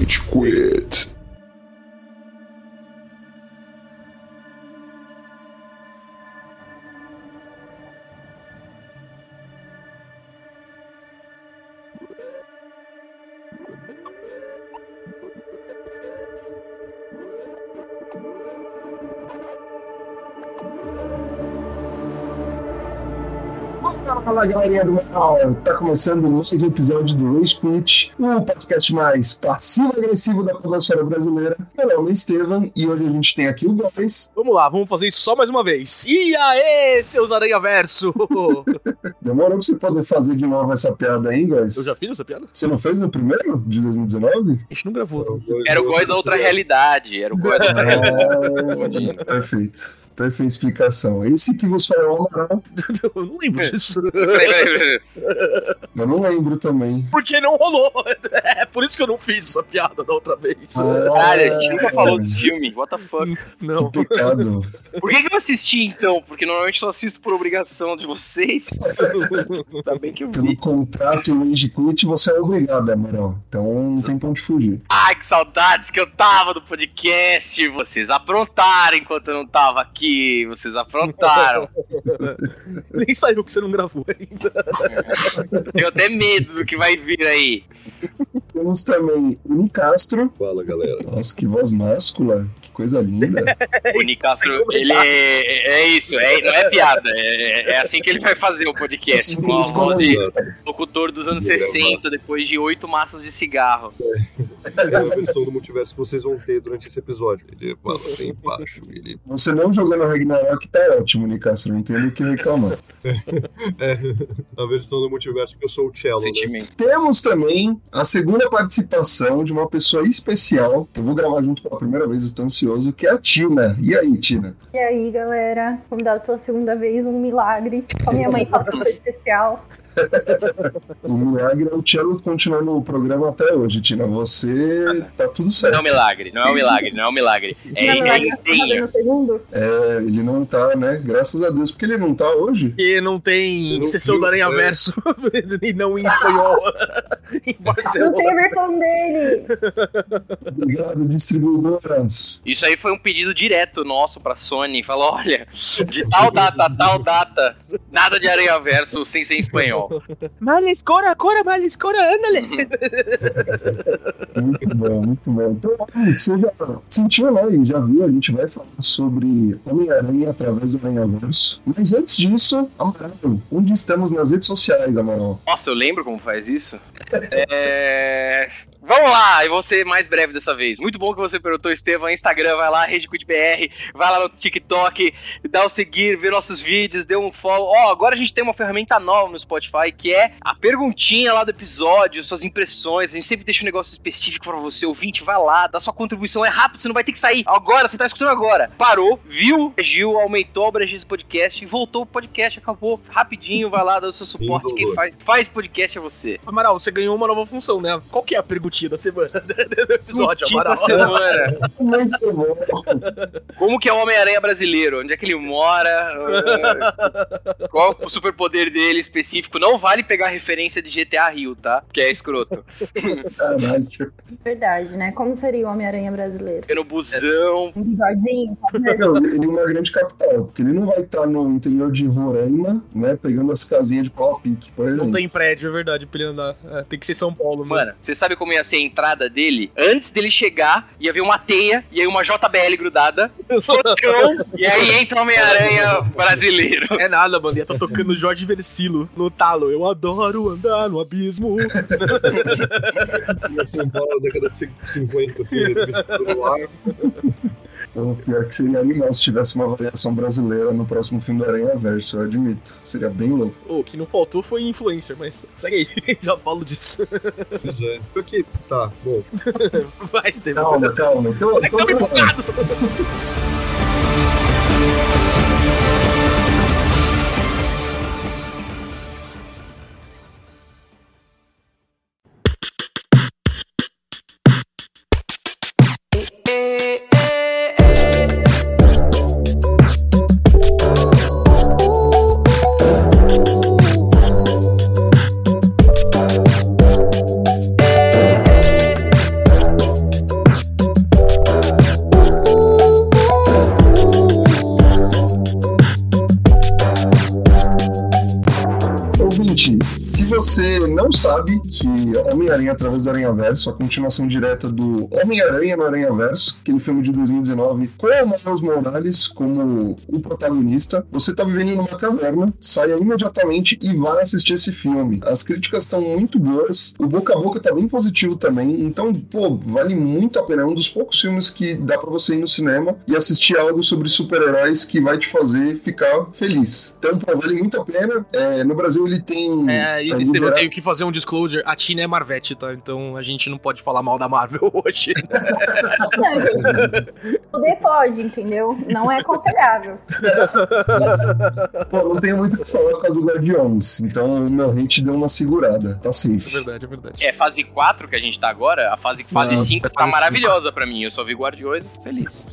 Rage Quit. Fala galerinha do metal, tá começando mais um episódio do Rage Quit, o podcast mais passivo-agressivo da podosfera brasileira. Meu nome é Estevam e hoje a gente tem aqui o Góis. Vamos lá, vamos fazer isso só mais uma vez. E aê, seus Aranha-Verso! Demorou pra você poder fazer de novo essa piada aí, Góis? Eu já fiz essa piada? Você não fez no primeiro, de 2019? A gente não gravou. Era o Góis da outra realidade. Perfeito. Perfeita explicação. Esse que vos falou, Amaral. Eu não lembro disso. Eu não lembro também. Porque não rolou. É por isso que eu não fiz essa piada da outra vez. Caralho, a gente nunca falou desse filme. What the fuck? Não. Que pecado. Por que eu assisti então? Porque normalmente eu assisto por obrigação de vocês. Tá bem que eu Pelo vi. contrato Rage Quit, você é obrigado, Amaral. Então não tem pra onde fugir. Ai, que saudades que eu tava do podcast. Vocês aprontaram enquanto eu não tava aqui. Vocês aprontaram. Nem saiu que você não gravou ainda. Tenho até medo do que vai vir aí. Temos também o Nicastro. Fala, galera. Nossa, que voz máscula. Que coisa linda. O Nicastro, ele é isso, não é piada. É assim que ele vai fazer o podcast. Assim que Com a eles voz de Exato. locutor dos anos 60, depois de 8 maços de cigarro. É a versão do multiverso que vocês vão ter durante esse episódio. Ele fala bem baixo. Ele... Você não jogando Ragnarok tá ótimo, Nicastro. Não tem o que reclamar. É a versão do multiverso que eu sou o cello, né? Sentimento. Temos também a segunda participação de uma pessoa especial, que eu vou gravar junto pela primeira vez, estou ansioso, que é a Tina. E aí, Tina? E aí, galera? Convidado pela segunda vez, um milagre. A minha mãe fala que eu sou especial. O milagre é o Cello continuar no programa até hoje, Tina. Você tá tudo certo. Não é um milagre, não é um milagre, não é um milagre. Não, milagre tá fazendo empenho. no segundo? É, ele não tá, né? Graças a Deus. Porque ele não tá hoje? Porque não tem Não sessão viu, do Aranha-Verso e não em espanhol em Não Barcelona. tem a versão dele! Obrigado, distribuidoras. Isso aí foi um pedido direto nosso pra Sony. Falou, olha, de tal data a tal data, nada de Aranha-Verso sem ser em espanhol. Males, cora, ándale. Muito bom, muito bom. Então, você já sentiu, né? E já viu, a gente vai falar sobre Homem-Aranha através do Aranha-Verso. Mas antes disso, Amaral, onde estamos nas redes sociais, Amaral? Nossa, eu lembro como faz isso. Vamos lá, eu vou ser mais breve dessa vez. Muito bom que você perguntou, Estevam. Instagram, vai lá, RageQuitBR, vai lá no TikTok, dá o seguir, vê nossos vídeos, dê um follow. Agora a gente tem uma ferramenta nova no Spotify, que é a perguntinha lá do episódio, suas impressões. A gente sempre deixa um negócio específico pra você, ouvinte, vai lá, dá sua contribuição, é rápido, você não vai ter que sair. Agora, você tá escutando agora. Parou, viu, reagiu, aumentou a abrangência do podcast e voltou o podcast, acabou. Rapidinho, vai lá, dá o seu suporte. Quem faz podcast é você. Amaral, você ganhou uma nova função, né? Qual que é a perguntinha da semana do episódio, Tipo Amaral? a semana. Muito bom. Como que é o Homem-Aranha brasileiro? Onde é que ele mora? Qual o superpoder dele específico? Não vale pegar referência de GTA Rio, tá? Que é escroto. Caralho. Verdade, né? Como seria o Homem-Aranha brasileiro? No busão. Um bigodinho, talvez? Não, ele é uma grande capital, porque ele não vai estar no interior de Roraima, né? Pegando as casinhas de pau a pique, por exemplo. Não tem prédio, é verdade, pra ele andar. Tem que ser São Paulo, Mano, você sabe como ia ser a entrada dele? Antes dele chegar, ia ver uma teia e aí uma JBL grudada, focão, e aí entra o Homem-Aranha brasileiro. É nada, mano. Ia tá tocando Jorge Versilo no talo. Eu adoro andar no abismo. Em São Paulo, na década de 50, assim, ele vestido no ar. O pior que seria animal se tivesse uma variação brasileira no próximo filme do Aranha-Verso, eu admito. Seria bem louco. O que não faltou foi influencer, mas segue aí. Já falo disso. Pois é. Aqui, tá, bom. Vai, Estevam. Calma. Então, É que tô me empolgado. não sabe que Homem-Aranha através do Aranhaverso, a continuação direta do Homem-Aranha no Aranhaverso, aquele filme de 2019, com o Miles Morales como o protagonista, você tá vivendo numa caverna, saia imediatamente e vá assistir esse filme. As críticas estão muito boas, o boca a boca tá bem positivo também, então, pô, vale muito a pena. É um dos poucos filmes que dá pra você ir no cinema e assistir algo sobre super-heróis que vai te fazer ficar feliz. Então, pô, vale muito a pena. No Brasil ele tem... Estevam, eu tenho que fazer um disclosure. A Tina é Marvete, tá? Então a gente não pode falar mal da Marvel hoje. Não, gente, poder pode, entendeu? Não é aconselhável. Pô, não tenho muito o que falar por causa do Guardiões, então o meu hate deu uma segurada, tá safe. É verdade. É fase 4 que a gente tá agora, a fase 5 tá maravilhosa pra mim. Eu só vi Guardiões e tô feliz.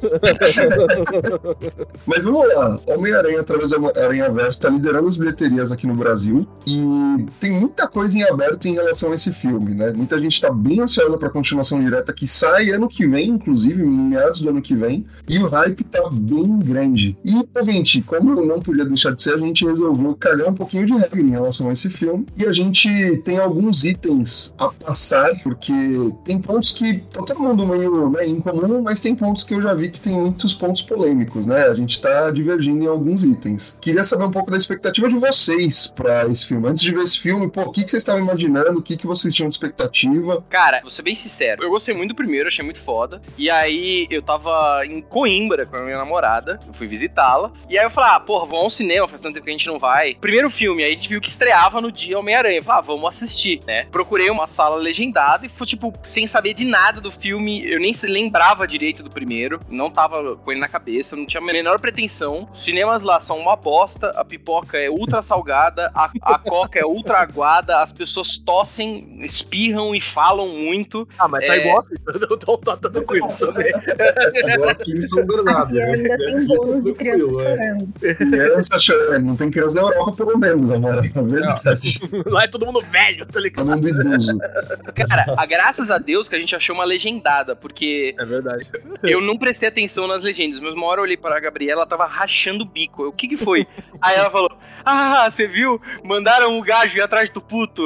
Mas vamos lá, Homem-Aranha através do Aranhaverso tá liderando as bilheterias aqui no Brasil e tem muita coisa em aberto em relação a esse filme, né? Muita gente tá bem ansiosa pra continuação direta que sai ano que vem, inclusive, em meados do ano que vem, e o hype tá bem grande. E, gente, como não podia deixar de ser, a gente resolveu cagar um pouquinho de regra em relação a esse filme, e a gente tem alguns itens a passar, porque tem pontos que tá todo mundo meio, né, em comum, mas tem pontos que eu já vi que tem muitos pontos polêmicos, né? A gente tá divergindo em alguns itens. Queria saber um pouco da expectativa de vocês pra esse filme. Antes de ver esse filme, pô, o que vocês estavam imaginando? O que vocês tinham de expectativa? Cara, vou ser bem sincero, eu gostei muito do primeiro, achei muito foda. E aí eu tava em Coimbra com a minha namorada, eu fui visitá-la. E aí eu falei, porra, vamos ao cinema, faz tanto tempo que a gente não vai. Primeiro filme, aí a gente viu que estreava no dia Homem-Aranha. Eu falei, vamos assistir, né? Procurei uma sala legendada e fui, tipo, sem saber de nada do filme. Eu nem se lembrava direito do primeiro, não tava com ele na cabeça, não tinha a menor pretensão. Os cinemas lá são uma bosta, a pipoca é ultra salgada, a coca é ultra aguada, as pessoas tossem, espirram e falam muito. Mas tá igual aqui, tá tranquilo também. Igual aqui em São Bernardo. E ainda tem bônus de criança chorando. Criança chorando, não tem criança na Europa pelo menos, amor, é verdade. Lá é todo mundo velho, tá ligado? Todo mundo idoso. Cara, graças a Deus que a gente achou uma legendada, porque É verdade. eu não prestei atenção nas legendas, mas uma hora eu olhei para a Gabriela, ela tava rachando o bico. O que foi? Aí ela falou, você viu? Mandaram o gajo ir atrás do puto.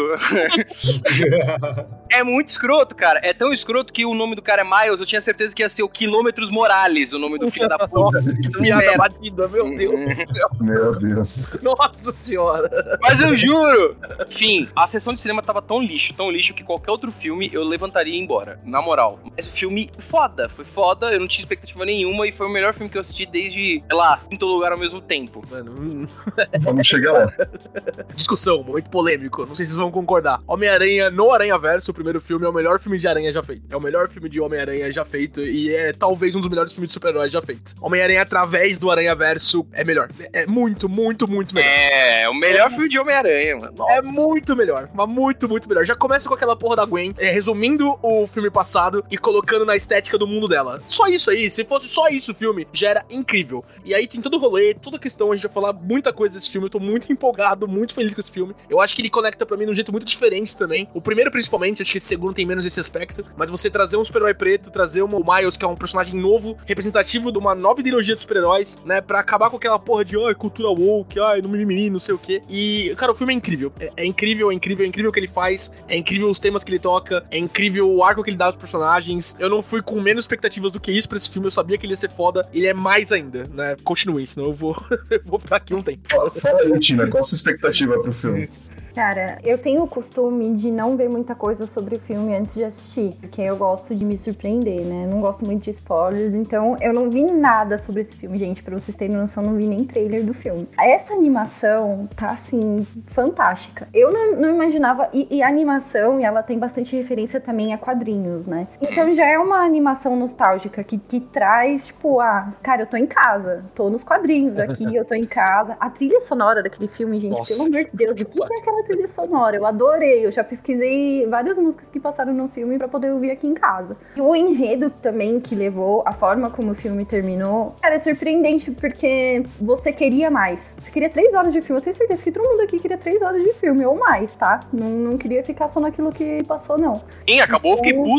É muito escroto, cara. É tão escroto que o nome do cara é Miles, eu tinha certeza que ia ser o Quilômetros Morales, o nome do filho da puta. Nossa, que piada batida, meu Deus do céu. Meu Deus. Nossa senhora. Mas eu juro! Enfim, a sessão de cinema tava tão lixo que qualquer outro filme eu levantaria e ia embora, na moral. Mas o filme foi foda, eu não tinha expectativa nenhuma e foi o melhor filme que eu assisti desde, sei lá, quinto lugar ao mesmo tempo. Mano, Vamos chegar lá. discussão, muito polêmico, não sei se vocês vão concordar. Homem-Aranha no Aranhaverso, o primeiro filme, é o melhor filme de aranha já feito. É o melhor filme de Homem-Aranha já feito e é talvez um dos melhores filmes de super-heróis já feitos. Homem-Aranha através do Aranhaverso é melhor. É muito melhor. É, o melhor filme de Homem-Aranha, mano. Nossa. É muito melhor, mas muito melhor. Já começa com aquela porra da Gwen, resumindo o filme passado e colocando na estética do mundo dela. Só isso aí, se fosse só isso o filme, já era incrível. E aí tem todo o rolê, toda a questão, a gente vai falar muita coisa desse filme, eu tô muito empolgado, muito feliz com esse filme. Eu acho que ele conecta pra mim de um jeito muito diferente também. O primeiro principalmente, acho que esse segundo tem menos esse aspecto, mas você trazer um super-herói preto, trazer o Miles, que é um personagem novo, representativo de uma nova ideologia de super-heróis, né, pra acabar com aquela porra de, cultura woke, no mimimi, não sei o quê. E, cara, o filme é incrível. É incrível o que ele faz, é incrível os temas que ele toca, é incrível o arco que ele dá aos personagens. Eu não fui com menos expectativas do que isso pra esse filme, eu sabia que ele ia ser foda, ele é mais ainda, né, continuem, senão eu vou ficar aqui um tempo. Fala aí, Tina, qual a sua expectativa pro filme? Cara, eu tenho o costume de não ver muita coisa sobre o filme antes de assistir, porque eu gosto de me surpreender, né? Não gosto muito de spoilers, então eu não vi nada sobre esse filme, gente, pra vocês terem noção, não vi nem trailer do filme. Essa animação tá, assim, fantástica. Eu não imaginava, e a animação, ela tem bastante referência também a quadrinhos, né? Então já é uma animação nostálgica que traz, tipo, cara, eu tô em casa, tô nos quadrinhos aqui, eu tô em casa. A trilha sonora daquele filme, gente, Nossa, pelo amor de Deus, o que é aquela trilha sonora? Eu adorei, eu já pesquisei várias músicas que passaram no filme pra poder ouvir aqui em casa. E o enredo também que levou, a forma como o filme terminou, cara, é surpreendente porque você queria mais. Você queria 3 horas de filme, eu tenho certeza que todo mundo aqui queria 3 horas de filme, ou mais, tá? Não queria ficar só naquilo que passou, não. Sim, acabou, eu fiquei puto.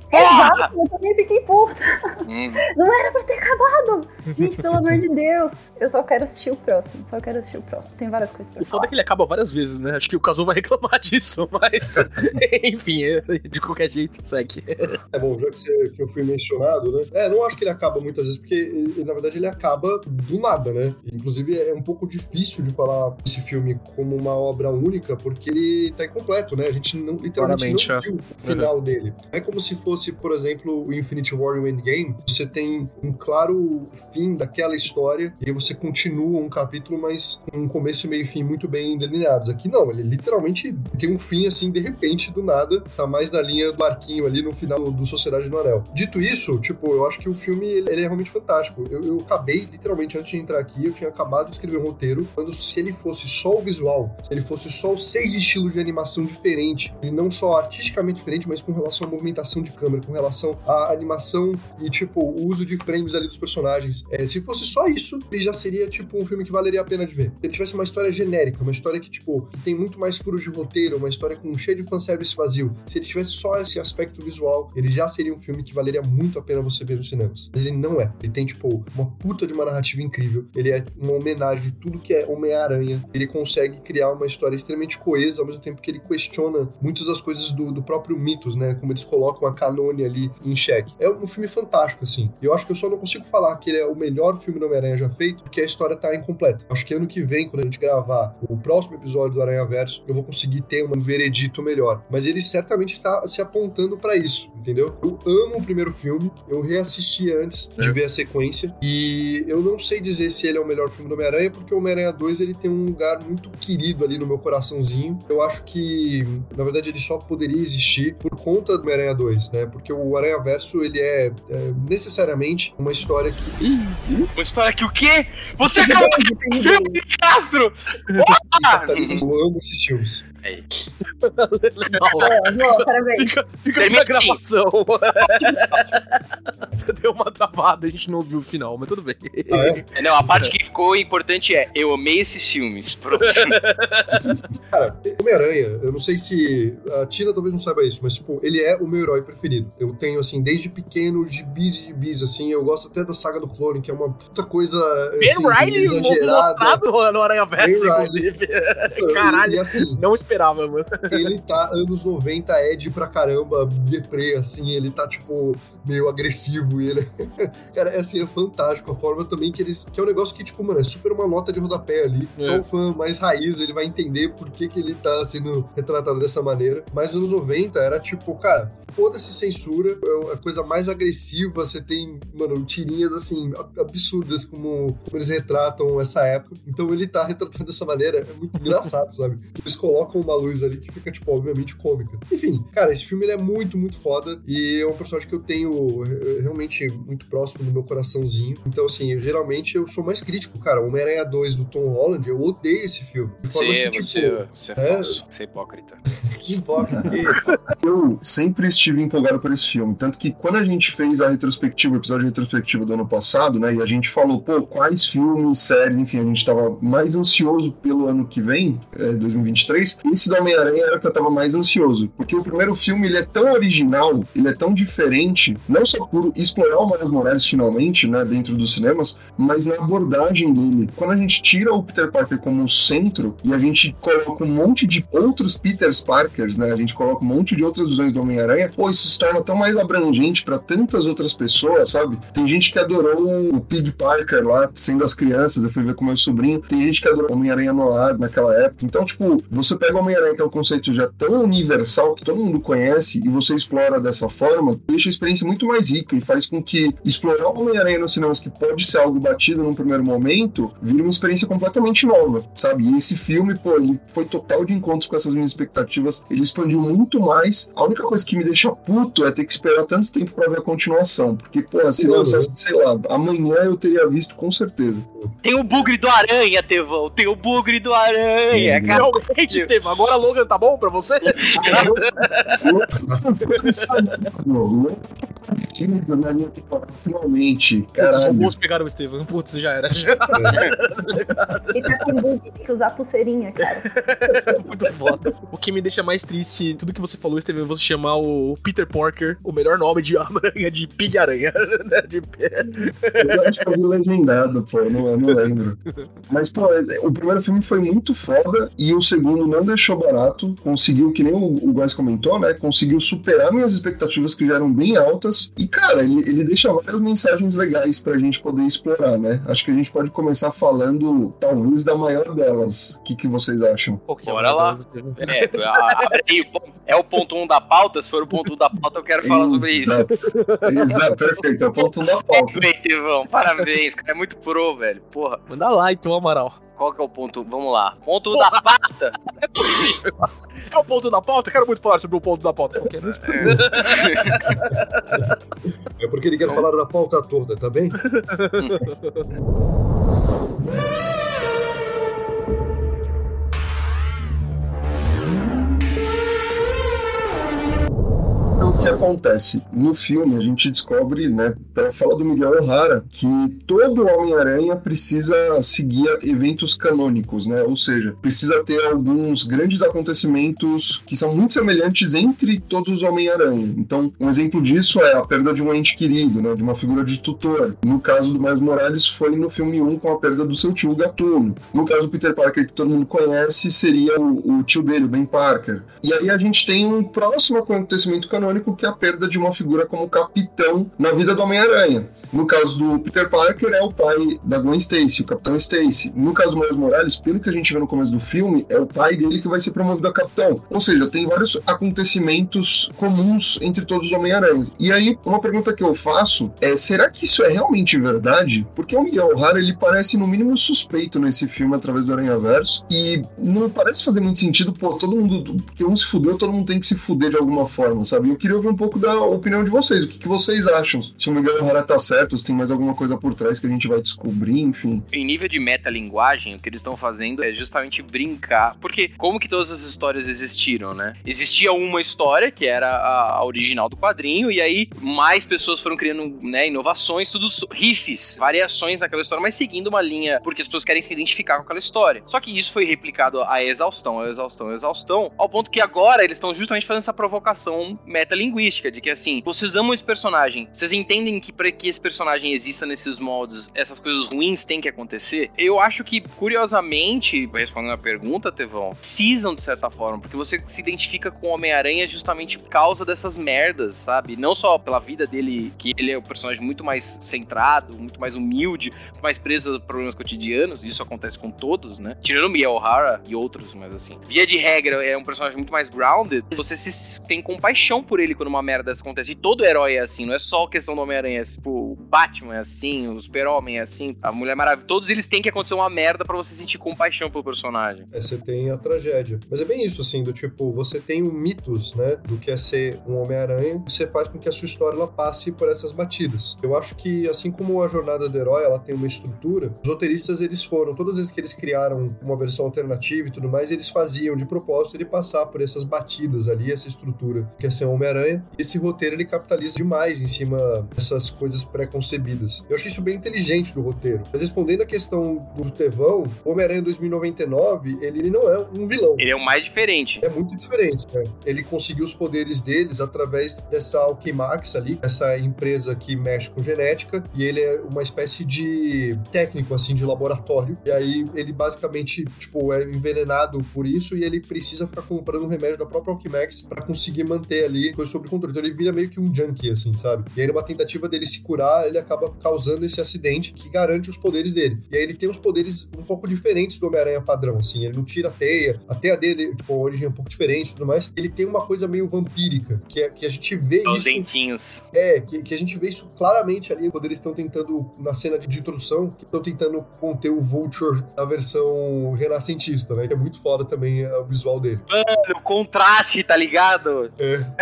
Exato, eu também fiquei puta. Não era pra ter acabado. Gente, pelo amor de Deus. Eu só quero assistir o próximo. Tem várias coisas pra O foda falar. é que ele acaba várias vezes, né? Acho que o Kazu vai reclamar disso, mas... Enfim, de qualquer jeito, segue. É bom, já que eu fui mencionado, né? Não acho que ele acaba muitas vezes, porque na verdade ele acaba do nada, né? Inclusive é um pouco difícil de falar esse filme como uma obra única, porque ele tá incompleto, né? A gente literalmente não viu o final dele. É como se fosse, por exemplo, o Infinity War e o Endgame. Você tem um claro fim daquela história e aí você continua um capítulo, mas com um começo, meio e fim muito bem delineados. Aqui não, ele literalmente tem um fim assim, de repente, do nada, tá mais na linha do arquinho ali no final do Sociedade do Anel. Dito isso, tipo, eu acho que o filme, ele é realmente fantástico. Eu acabei, literalmente, antes de entrar aqui, eu tinha acabado de escrever um roteiro, quando se ele fosse só o visual, se ele fosse só os 6 estilos de animação diferentes, e não só artisticamente diferente, mas com relação à movimentação de câmera, com relação à animação e, tipo, o uso de frames ali dos personagens. Se fosse só isso, ele já seria, tipo, um filme que valeria a pena de ver. Se ele tivesse uma história genérica, uma história que, tipo, que tem muito mais furos de roteiro, uma história com cheio de fanservice vazio, se ele tivesse só esse aspecto visual, ele já seria um filme que valeria muito a pena você ver nos cinemas. Mas ele não é. Ele tem, tipo, uma puta de uma narrativa incrível. Ele é uma homenagem de tudo que é Homem-Aranha. Ele consegue criar uma história extremamente coesa, ao mesmo tempo que ele questiona muitas das coisas do próprio mitos, né? Como eles colocam a canônia ali em xeque. É um filme fantástico, assim. Eu acho que eu só não consigo falar que ele é o melhor filme do Homem-Aranha já feito, porque a história tá incompleta. Acho que ano que vem, quando a gente gravar o próximo episódio do Aranhaverso, eu vou conseguir ter um veredito melhor. Mas ele certamente está se apontando pra isso, entendeu? Eu amo o primeiro filme, eu reassisti antes de ver a sequência, e eu não sei dizer se ele é o melhor filme do Homem-Aranha, porque o Homem-Aranha 2, ele tem um lugar muito querido ali no meu coraçãozinho. Eu acho que, na verdade, ele só poderia existir por conta do Homem-Aranha 2, né? Porque o Aranhaverso, ele é necessariamente uma história que... Uma história que o quê? Você acabou de filme de Castro! Eu amo esses filmes. Aí. Não, parabéns. Fica aí a gravação. Você deu uma travada, a gente não ouviu o final, mas tudo bem. Não, a parte que ficou importante é: eu amei esses filmes. Pronto. Cara, Homem-Aranha, eu não sei se a Tina talvez não saiba isso, mas, tipo, ele é o meu herói preferido. Eu tenho, assim, desde pequeno, gibis, assim, eu gosto até da saga do Clone, que é uma puta coisa, assim, Ben Reilly mostrado no Aranhaverso, inclusive. Caralho, e, assim, não esperava, mano. Ele tá anos 90, Ed pra caramba, deprê, assim, ele tá, tipo, meio agressivo, e ele... Cara, é assim, é fantástico a forma também que eles... Que é um negócio que, tipo, mano, é super uma nota de rodapé ali. Então o fã mais raiz, ele vai entender por que ele tá sendo retratado dessa maneira. Mas nos anos 90 era, tipo, cara, foda-se censura, é a coisa mais agressiva, você tem, mano, tirinhas, assim, absurdas como eles retratam essa época. Então ele tá retratado dessa maneira, é muito engraçado, sabe? Eles colocam uma luz ali que fica, tipo, obviamente cômica. Enfim, cara, esse filme ele é muito, muito foda e é um personagem que eu tenho realmente muito próximo do meu coraçãozinho. Então, assim, eu sou mais crítico, cara. O Homem-Aranha 2 do Tom Holland, eu odeio esse filme. De forma que, tipo, você é falso, você é hipócrita. Que hipócrita. Eu sempre estive empolgado por esse filme, tanto que quando a gente fez a retrospectiva, o episódio de retrospectiva do ano passado, né, e a gente falou, pô, quais filmes, séries, enfim, a gente tava mais ansioso pelo ano que vem, 2023, esse do Homem-Aranha era o que eu tava mais ansioso, porque o primeiro filme, ele é tão original, ele é tão diferente, não só por explorar o Miles Morales finalmente, né, dentro dos cinemas, mas na abordagem dele. Quando a gente tira o Peter Parker como centro e a gente coloca um monte de outros Peters Parkers, né, a gente coloca um monte de outras visões do Homem-Aranha, pô, isso se torna tão mais abrangente pra tantas outras pessoas, sabe? Tem gente que adorou o Pig Parker lá, sendo as crianças, eu fui ver com meu sobrinho, tem gente que adorou o Homem-Aranha Noir naquela época, então, tipo, você pega o Homem-Aranha, que é um conceito já tão universal, que todo mundo conhece, e você explora dessa forma, deixa a experiência muito mais rica e faz com que explorar o Homem-Aranha nos cinemas, que pode ser algo batido num primeiro momento, vira uma experiência completamente nova, sabe? E esse filme, pô, ele foi total de encontro com essas minhas expectativas, ele expandiu muito mais. A única coisa que me deixa puto é ter que esperar tanto tempo pra ver a continuação, porque, pô, se lançasse, sei lá, amanhã eu teria visto com certeza. Tem o bugre do Aranha, Tevão, tem o bugre do Aranha, cara. Realmente, Tevão, agora Logan tá bom pra você? Querido, na minha temporada, finalmente. Os Caralho. robôs pegaram o Estevam. Putz, já era. Ele tá com bug, tem que usar pulseirinha, cara. Muito foda. O que me deixa mais triste, tudo que você falou, Estevam, você chamar o Peter Parker, o melhor nome de aranha, de Pig-Aranha. Eu acho que eu vi legendado, pô, eu não lembro. Mas, pô, o primeiro filme foi muito foda e o segundo não deixou barato. Conseguiu, que nem o Góes comentou, né? Conseguiu superar minhas expectativas que já eram bem altas. E, cara, ele deixa várias mensagens legais pra gente poder explorar, né? Acho que a gente pode começar falando, talvez, da maior delas. O que vocês acham? Bora lá. É o ponto 1 da pauta? Se for o ponto 1 da pauta, eu quero falar sobre isso. Exato, perfeito. É o ponto 1 da pauta. Perfeito, Ivão. Parabéns, cara. É muito pro, velho. Porra. Manda lá, então, Amaral. Qual que é o ponto? Vamos lá. Ponto da pauta. É possível. É o ponto da pauta? Quero muito falar sobre o ponto da pauta. É porque ele quer falar da pauta toda, tá bem? O que acontece? No filme, a gente descobre, né, pela fala do Miguel O'Hara, que todo Homem-Aranha precisa seguir eventos canônicos, né? Ou seja, precisa ter alguns grandes acontecimentos que são muito semelhantes entre todos os Homem-Aranha. Então, um exemplo disso é a perda de um ente querido, né, de uma figura de tutor. No caso do Miles Morales, foi no filme 1 com a perda do seu tio Gatuno. No caso do Peter Parker, que todo mundo conhece, seria o tio dele, o Ben Parker. E aí a gente tem um próximo acontecimento canônico, que é a perda de uma figura como capitão na vida do Homem-Aranha. No caso do Peter Parker, é o pai da Gwen Stacy, o Capitão Stacy. No caso do Miles Morales, pelo que a gente vê no começo do filme, é o pai dele que vai ser promovido a capitão. Ou seja, tem vários acontecimentos comuns entre todos os Homem-Aranhas. E aí, uma pergunta que eu faço é, será que isso é realmente verdade? Porque o Miguel O'Hara, ele parece no mínimo suspeito nesse filme através do Aranhaverso, e não parece fazer muito sentido, pô, todo mundo, porque um se fudeu, todo mundo tem que se fuder de alguma forma, sabe? Eu queria ouvir um pouco da opinião de vocês, o que vocês acham? Se o Miguel O'Hara tá certo, se tem mais alguma coisa por trás que a gente vai descobrir, enfim. Em nível de metalinguagem, o que eles estão fazendo é justamente brincar, porque como que todas as histórias existiram, né? Existia uma história, que era a original do quadrinho, e aí mais pessoas foram criando, né, inovações, tudo riffs, variações naquela história, mas seguindo uma linha, porque as pessoas querem se identificar com aquela história. Só que isso foi replicado a exaustão, ao ponto que agora eles estão justamente fazendo essa provocação metalinguística, de que assim, vocês amam esse personagem, vocês entendem que para que esse personagem exista nesses moldes, essas coisas ruins têm que acontecer? Eu acho que, curiosamente, respondendo a pergunta, Tevão, precisam de certa forma, porque você se identifica com o Homem-Aranha justamente por causa dessas merdas, sabe? Não só pela vida dele, que ele é um personagem muito mais centrado, muito mais humilde, muito mais preso a problemas cotidianos, isso acontece com todos, né? Tirando o Miguel O'Hara e outros, mas assim, via de regra, é um personagem muito mais grounded, você tem compaixão por ele quando uma merda dessa acontece, e todo herói é assim, não é só a questão do Homem-Aranha, tipo, o Batman é assim, o Super-Homem é assim, a Mulher Maravilha, todos eles têm que acontecer uma merda pra você sentir compaixão pelo personagem. Você tem a tragédia. Mas é bem isso, assim, do tipo, você tem um mitos, né, do que é ser um Homem-Aranha, que você faz com que a sua história, ela passe por essas batidas. Eu acho que, assim como a jornada do herói, ela tem uma estrutura, os roteiristas, eles foram, todas as vezes que eles criaram uma versão alternativa e tudo mais, eles faziam de propósito ele passar por essas batidas ali, essa estrutura que é ser um Homem-Aranha. Esse roteiro, ele capitaliza demais em cima dessas coisas pré-concebidas. Eu achei isso bem inteligente do roteiro. Mas respondendo a questão do Tevão, o Homem-Aranha 2099, ele não é um vilão. Ele é o mais diferente. É muito diferente, né? Ele conseguiu os poderes deles através dessa Alchemax ali, essa empresa que mexe com genética, e ele é uma espécie de técnico, assim, de laboratório. E aí, ele basicamente, tipo, é envenenado por isso e ele precisa ficar comprando um remédio da própria Alchemax pra conseguir manter ali coisa sob controle. Então ele vira meio que um junkie, assim, sabe? E aí numa tentativa dele se curar, ele acaba causando esse acidente que garante os poderes dele. E aí ele tem os poderes um pouco diferentes do Homem-Aranha padrão, assim. Ele não tira a teia dele, tipo, a origem é um pouco diferente e tudo mais. Ele tem uma coisa meio vampírica, que a gente vê os isso... dentinhos. Que a gente vê isso claramente ali, quando eles estão tentando, na cena de introdução, que estão tentando conter o Vulture na versão renascentista, né? Que é muito foda também o visual dele. Mano, o contraste, tá ligado? É muito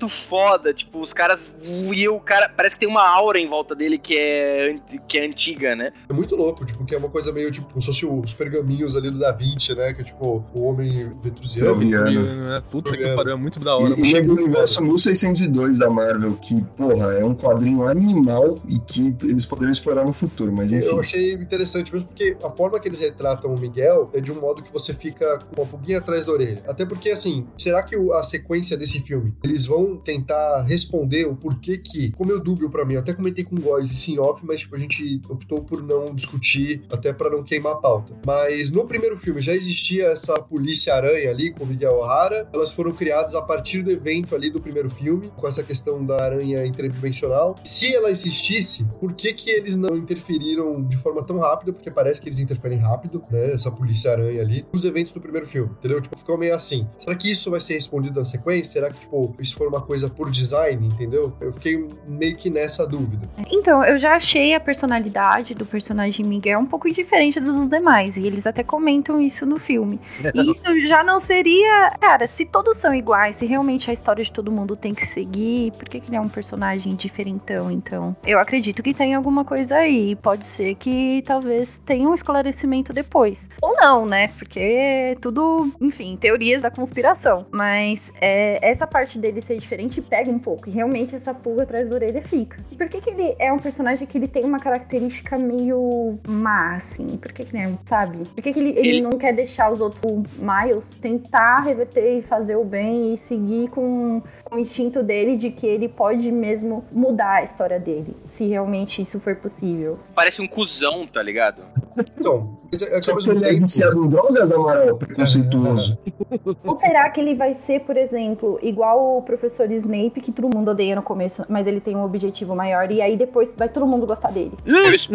muito foda. Tipo, os caras... E o cara... Parece que tem uma aura em volta dele que é antiga, né? É muito louco, tipo, que é uma coisa meio, tipo, como se fosse os pergaminhos ali do Da Vinci, né? Que é, tipo, o homem vetrusiano. Né? Puta que pariu, é muito da hora. E é do universo 1602 da Marvel, que, porra, é um quadrinho animal e que eles poderiam explorar no futuro, mas enfim. Eu achei interessante mesmo porque a forma que eles retratam o Miguel é de um modo que você fica com uma pulguinha atrás da orelha. Até porque, assim, será que a sequência desse filme, eles vão tentar responder o porquê que, como eu dúbio pra mim, eu até comentei com o Góis isso em off, mas tipo, a gente optou por não discutir, até pra não queimar a pauta. Mas no primeiro filme já existia essa polícia-aranha ali com o Miguel O'Hara, elas foram criadas a partir do evento ali do primeiro filme, com essa questão da aranha interdimensional. Se ela existisse, por que eles não interferiram de forma tão rápida, porque parece que eles interferem rápido, né, essa polícia-aranha ali, nos eventos do primeiro filme, entendeu? Tipo, ficou meio assim. Será que isso vai ser respondido na sequência? Será que, tipo, isso for uma coisa por design, entendeu? Eu fiquei meio que nessa dúvida. Então, eu já achei a personalidade do personagem Miguel um pouco diferente dos demais, e eles até comentam isso no filme. E isso já não seria... Cara, se todos são iguais, se realmente a história de todo mundo tem que seguir, por que ele é um personagem diferentão, então? Eu acredito que tem alguma coisa aí. Pode ser que talvez tenha um esclarecimento depois. Ou não, né? Porque tudo, enfim, teorias da conspiração. Mas essa parte dele ser diferente pega um pouco. E realmente essa pulga atrás da orelha fica. E por que ele é um personagem que ele tem uma característica meio má, assim? Por que ele é, sabe? Por que ele não quer deixar os outros, o Miles, tentar reverter e fazer o bem e seguir com o instinto dele de que ele pode mesmo mudar a história dele, se realmente isso for possível. Parece um cuzão, tá ligado? Então, só que ele é viciado em drogas, Amaral, preconceituoso. Ou será que ele vai ser, por exemplo, igual o professor Snape, que todo mundo odeia no começo, mas ele tem um objetivo maior, e aí depois vai todo mundo gostar dele? Isso.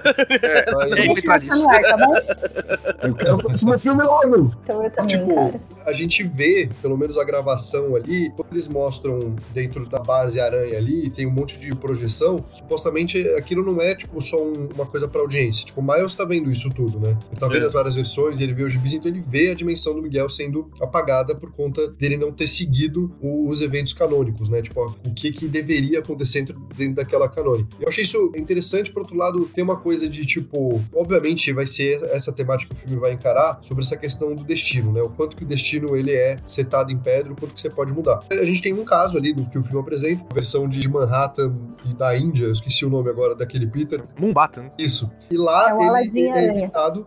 Vamos pensar no ar, tá bom? Eu quero o próximo filme logo! Então eu também, tipo, cara. A gente vê, pelo menos a gravação ali, quando eles mostram dentro da base aranha ali, tem um monte de projeção, supostamente aquilo não é, tipo, só uma coisa pra audiência. Tipo, o Miles tá vendo isso tudo, né? Ele tá vendo as várias versões, ele vê os gibis, então ele vê a dimensão do Miguel sendo apagada por conta dele não ter seguido os eventos canônicos, né? Tipo, o que deveria acontecer dentro daquela canônica. Eu achei isso interessante, por outro lado, tem uma coisa de, tipo, obviamente vai ser essa temática que o filme vai encarar sobre essa questão do destino, né? O quanto que o destino, ele é setado em pedra, o quanto que você pode mudar. A gente tem um caso ali do que o filme apresenta, a versão de Manhattan e da Índia, eu esqueci o nome agora daquele Peter. Mumbattan. Isso. E lá ele é evitado...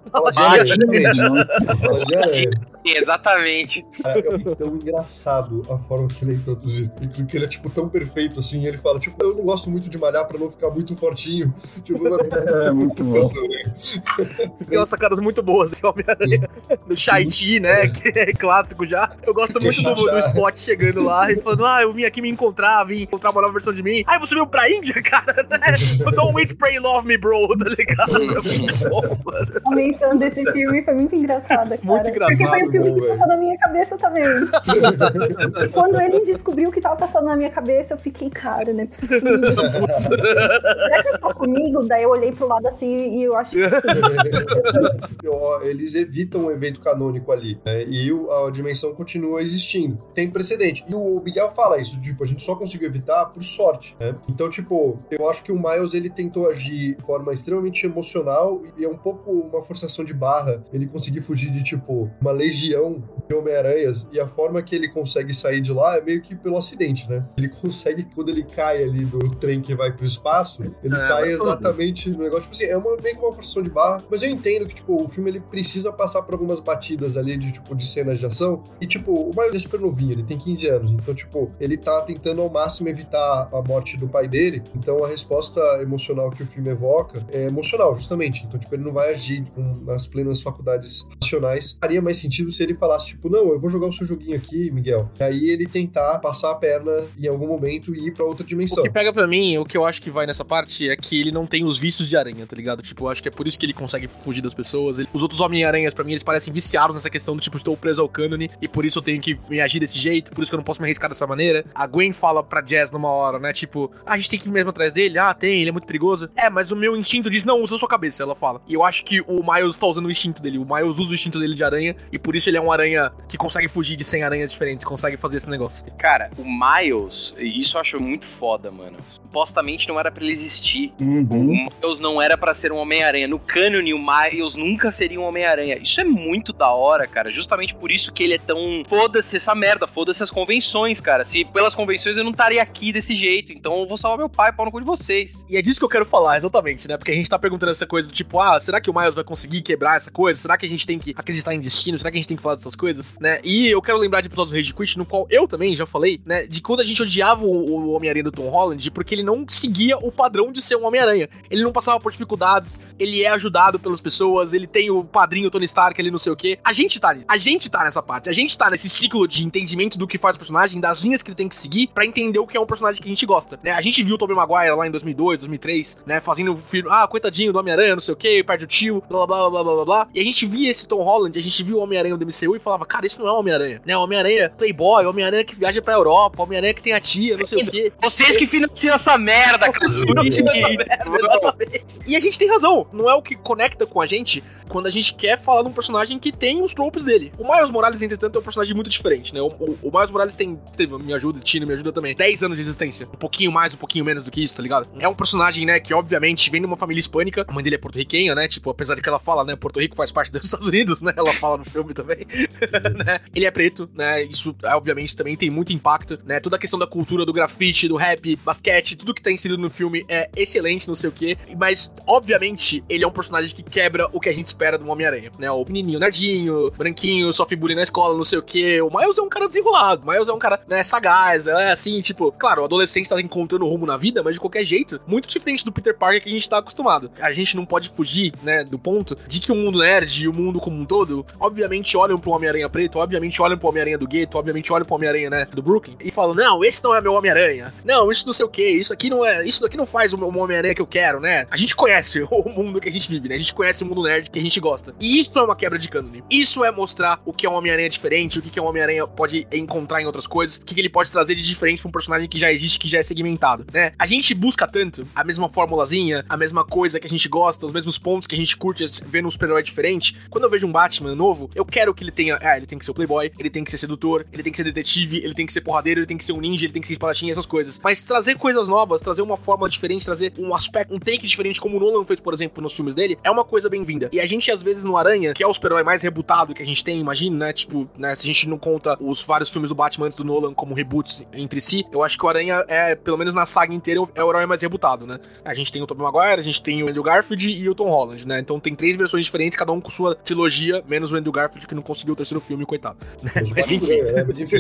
Exatamente. É tão engraçado a forma que ele é introduzido. Porque ele é, tipo, tão perfeito assim. Ele fala, tipo, eu não gosto muito de malhar pra não ficar muito fortinho. Tipo, é muito bom. Tem umas sacadas muito boas desse Homem-Aranha. Do Shai-Chi, né? Que é clássico já. Eu gosto muito do Spot chegando lá e falando, eu vim aqui me encontrar, vim encontrar uma nova versão de mim. Você veio pra Índia, cara? Don't wait, pray, love me, bro, tá ligado? É muito bom, mano. A menção desse filme foi muito engraçada, cara. Muito engraçado. Porque foi o filme que passou na minha cabeça também. E quando ele descobriu o que tava passando na minha cabeça, eu fiquei, cara, não é possível. Será que é só comigo? Daí eu olhei pro lado assim e eu acho que sim. Eles evitam o evento canônico ali, né? E a dimensão continua existindo. Tem precedente. E o Miguel fala isso, tipo, a gente só conseguiu evitar por sorte, né? Então, tipo, eu acho que o Miles, ele tentou agir de forma extremamente emocional e é um pouco uma forçação de barra ele conseguir fugir de, tipo, uma legião de Homem-Aranhas, e a forma que ele consegue sair de lá é meio que pelo acidente, né? Ele consegue, quando ele cai ali do trem que vai pro espaço, ele cai exatamente no negócio, tipo assim, meio que uma forçação de barra, mas eu entendo que, tipo, o filme, ele precisa passar por algumas batidas ali de, tipo, de cenas de ação, e, tipo, o Miles é super novinho, ele tem 15 anos, então, tipo, ele tá tentando ao máximo evitar a morte do pai dele, então a resposta emocional que o filme evoca é emocional, justamente, então, tipo, ele não vai agir com as plenas faculdades racionais. Faria mais sentido se ele falasse, tipo, não, eu vou jogar o seu joguinho aqui, Miguel, e aí ele tentar passar a perna em algum momento e ir pra outra dimensão. O que pega pra mim, o que eu acho que vai nessa parte é que ele não tem os vícios de aranha, tá ligado? Tipo, eu acho que é por isso que ele consegue fugir das pessoas. Os outros Homem-Aranhas, pra mim, eles parecem viciados nessa questão do tipo, estou preso ao cânone e por isso eu tenho que me agir desse jeito, por isso que eu não posso me arriscar dessa maneira. A Gwen fala pra Jazz numa hora, né? Tipo, a gente tem que ir mesmo atrás dele? Tem, ele é muito perigoso. Mas o meu instinto diz, não, usa a sua cabeça, ela fala. E eu acho que o Miles tá usando o instinto dele. O Miles usa o instinto dele de aranha e por isso ele é um aranha que consegue fugir de 100 aranhas diferentes, consegue fazer esse negócio. Cara, cara, o Miles, isso eu acho muito foda, mano. Supostamente não era pra ele existir. O Miles não era pra ser um Homem-Aranha. No cânone, o Miles nunca seria um Homem-Aranha. Isso é muito da hora, cara. Justamente por isso que ele é tão... Foda-se essa merda, foda-se as convenções, cara. Se pelas convenções eu não estaria aqui desse jeito, então eu vou salvar meu pai, pau no cu de vocês. E é disso que eu quero falar, exatamente, né? Porque a gente tá perguntando essa coisa do tipo, será que o Miles vai conseguir quebrar essa coisa? Será que a gente tem que acreditar em destino? Será que a gente tem que falar dessas coisas, né? E eu quero lembrar de episódio do Rage Quit, no qual eu também já falei, né? De quando a gente odiava o Homem-Aranha do Tom Holland, porque ele não seguia o padrão de ser um Homem-Aranha. Ele não passava por dificuldades, ele é ajudado pelas pessoas, ele tem o padrinho Tony Stark, ele não sei o quê. A gente tá nessa parte, a gente tá nesse ciclo de entendimento do que faz o personagem, das linhas que ele tem que seguir pra entender o que é um personagem que a gente gosta, né? A gente viu o Tobey Maguire lá em 2002, 2003, né? Fazendo o filho, coitadinho do Homem-Aranha, não sei o quê, perde o tio, blá, blá, blá, blá, blá, blá. E a gente via esse Tom Holland, a gente viu o Homem-Aranha do MCU e falava, cara, isso não é o Homem-Aranha, né? O Homem-Aranha playboy, o Homem-Aranha que viaja pra Europa, o Homem-Aranha que tem a tia, não sei o quê. Vocês que financiam essa merda, exatamente. E a gente tem razão, não é o que conecta com a gente quando a gente quer falar de um personagem que tem os tropes dele. O Miles Morales, entretanto, é um personagem muito diferente, né? O Miles Morales tem, Estevam, me ajuda, Tino me ajuda também, 10 anos de existência. Um pouquinho mais, um pouquinho menos do que isso, tá ligado? É um personagem, né, que obviamente vem de uma família hispânica, a mãe dele é porto-riquenha, né? Tipo, apesar de que ela fala, né, Porto Rico faz parte dos Estados Unidos, né? Ela fala no filme também, né? Ele é preto, né? Isso, obviamente, também tem muito impacto, né? Toda a questão da cultura, do grafite, do rap, basquete, tudo que tá inserido no filme é excelente, não sei o quê, mas, obviamente, ele é um personagem que quebra o que a gente espera de um Homem-Aranha, né? O menininho nerdinho, branquinho, sofre bullying na escola, não sei o quê. O Miles é um cara desenrolado, o Miles é um cara, né, sagaz, é assim, tipo, claro, o adolescente tá encontrando rumo na vida, mas de qualquer jeito, muito diferente do Peter Parker que a gente tá acostumado. A gente não pode fugir, né, do ponto de que o mundo nerd e o mundo como um todo, obviamente olham pro Homem-Aranha preto, obviamente olham pro Homem-Aranha do gueto, obviamente olham pro Homem-Aranha, né, do Brooklyn, e falam, não, esse não é meu Homem-Aranha, não, isso não sei o que, isso daqui não faz o Homem-Aranha que eu quero, né? A gente conhece o mundo que a gente vive, né? A gente conhece o mundo nerd que a gente gosta. E isso é uma quebra de cânone. Isso é mostrar o que é um Homem-Aranha diferente, o que é um Homem-Aranha pode encontrar em outras coisas, o que ele pode trazer de diferente pra um personagem que já existe, que já é segmentado, né? A gente busca tanto a mesma formulazinha, a mesma coisa que a gente gosta, os mesmos pontos que a gente curte vendo um super-herói diferente. Quando eu vejo um Batman novo, eu quero que ele tenha... ele tem que ser o playboy, ele tem que ser sedutor, ele tem que ser detetive, ele tem que ser porradeiro, ele tem que ser um ninja, ele tem que ser espadachim, essas coisas. Mas trazer coisas novas, trazer uma forma diferente, trazer um aspecto, um take diferente, como o Nolan fez, por exemplo, nos filmes dele, é uma coisa bem-vinda. E a gente, às vezes, no Aranha, que é o super-herói mais rebutado que a gente tem, imagina, né? Tipo, né? Se a gente não conta os vários filmes do Batman antes do Nolan como reboots entre si, eu acho que o Aranha é, pelo menos na saga inteira, é o herói mais rebutado, né? A gente tem o Tobey Maguire, a gente tem o Andrew Garfield e o Tom Holland, né? Então tem 3 versões diferentes, cada um com sua trilogia, menos o Andrew Garfield, que não conseguiu o 3º filme, coitado. Mas enfim.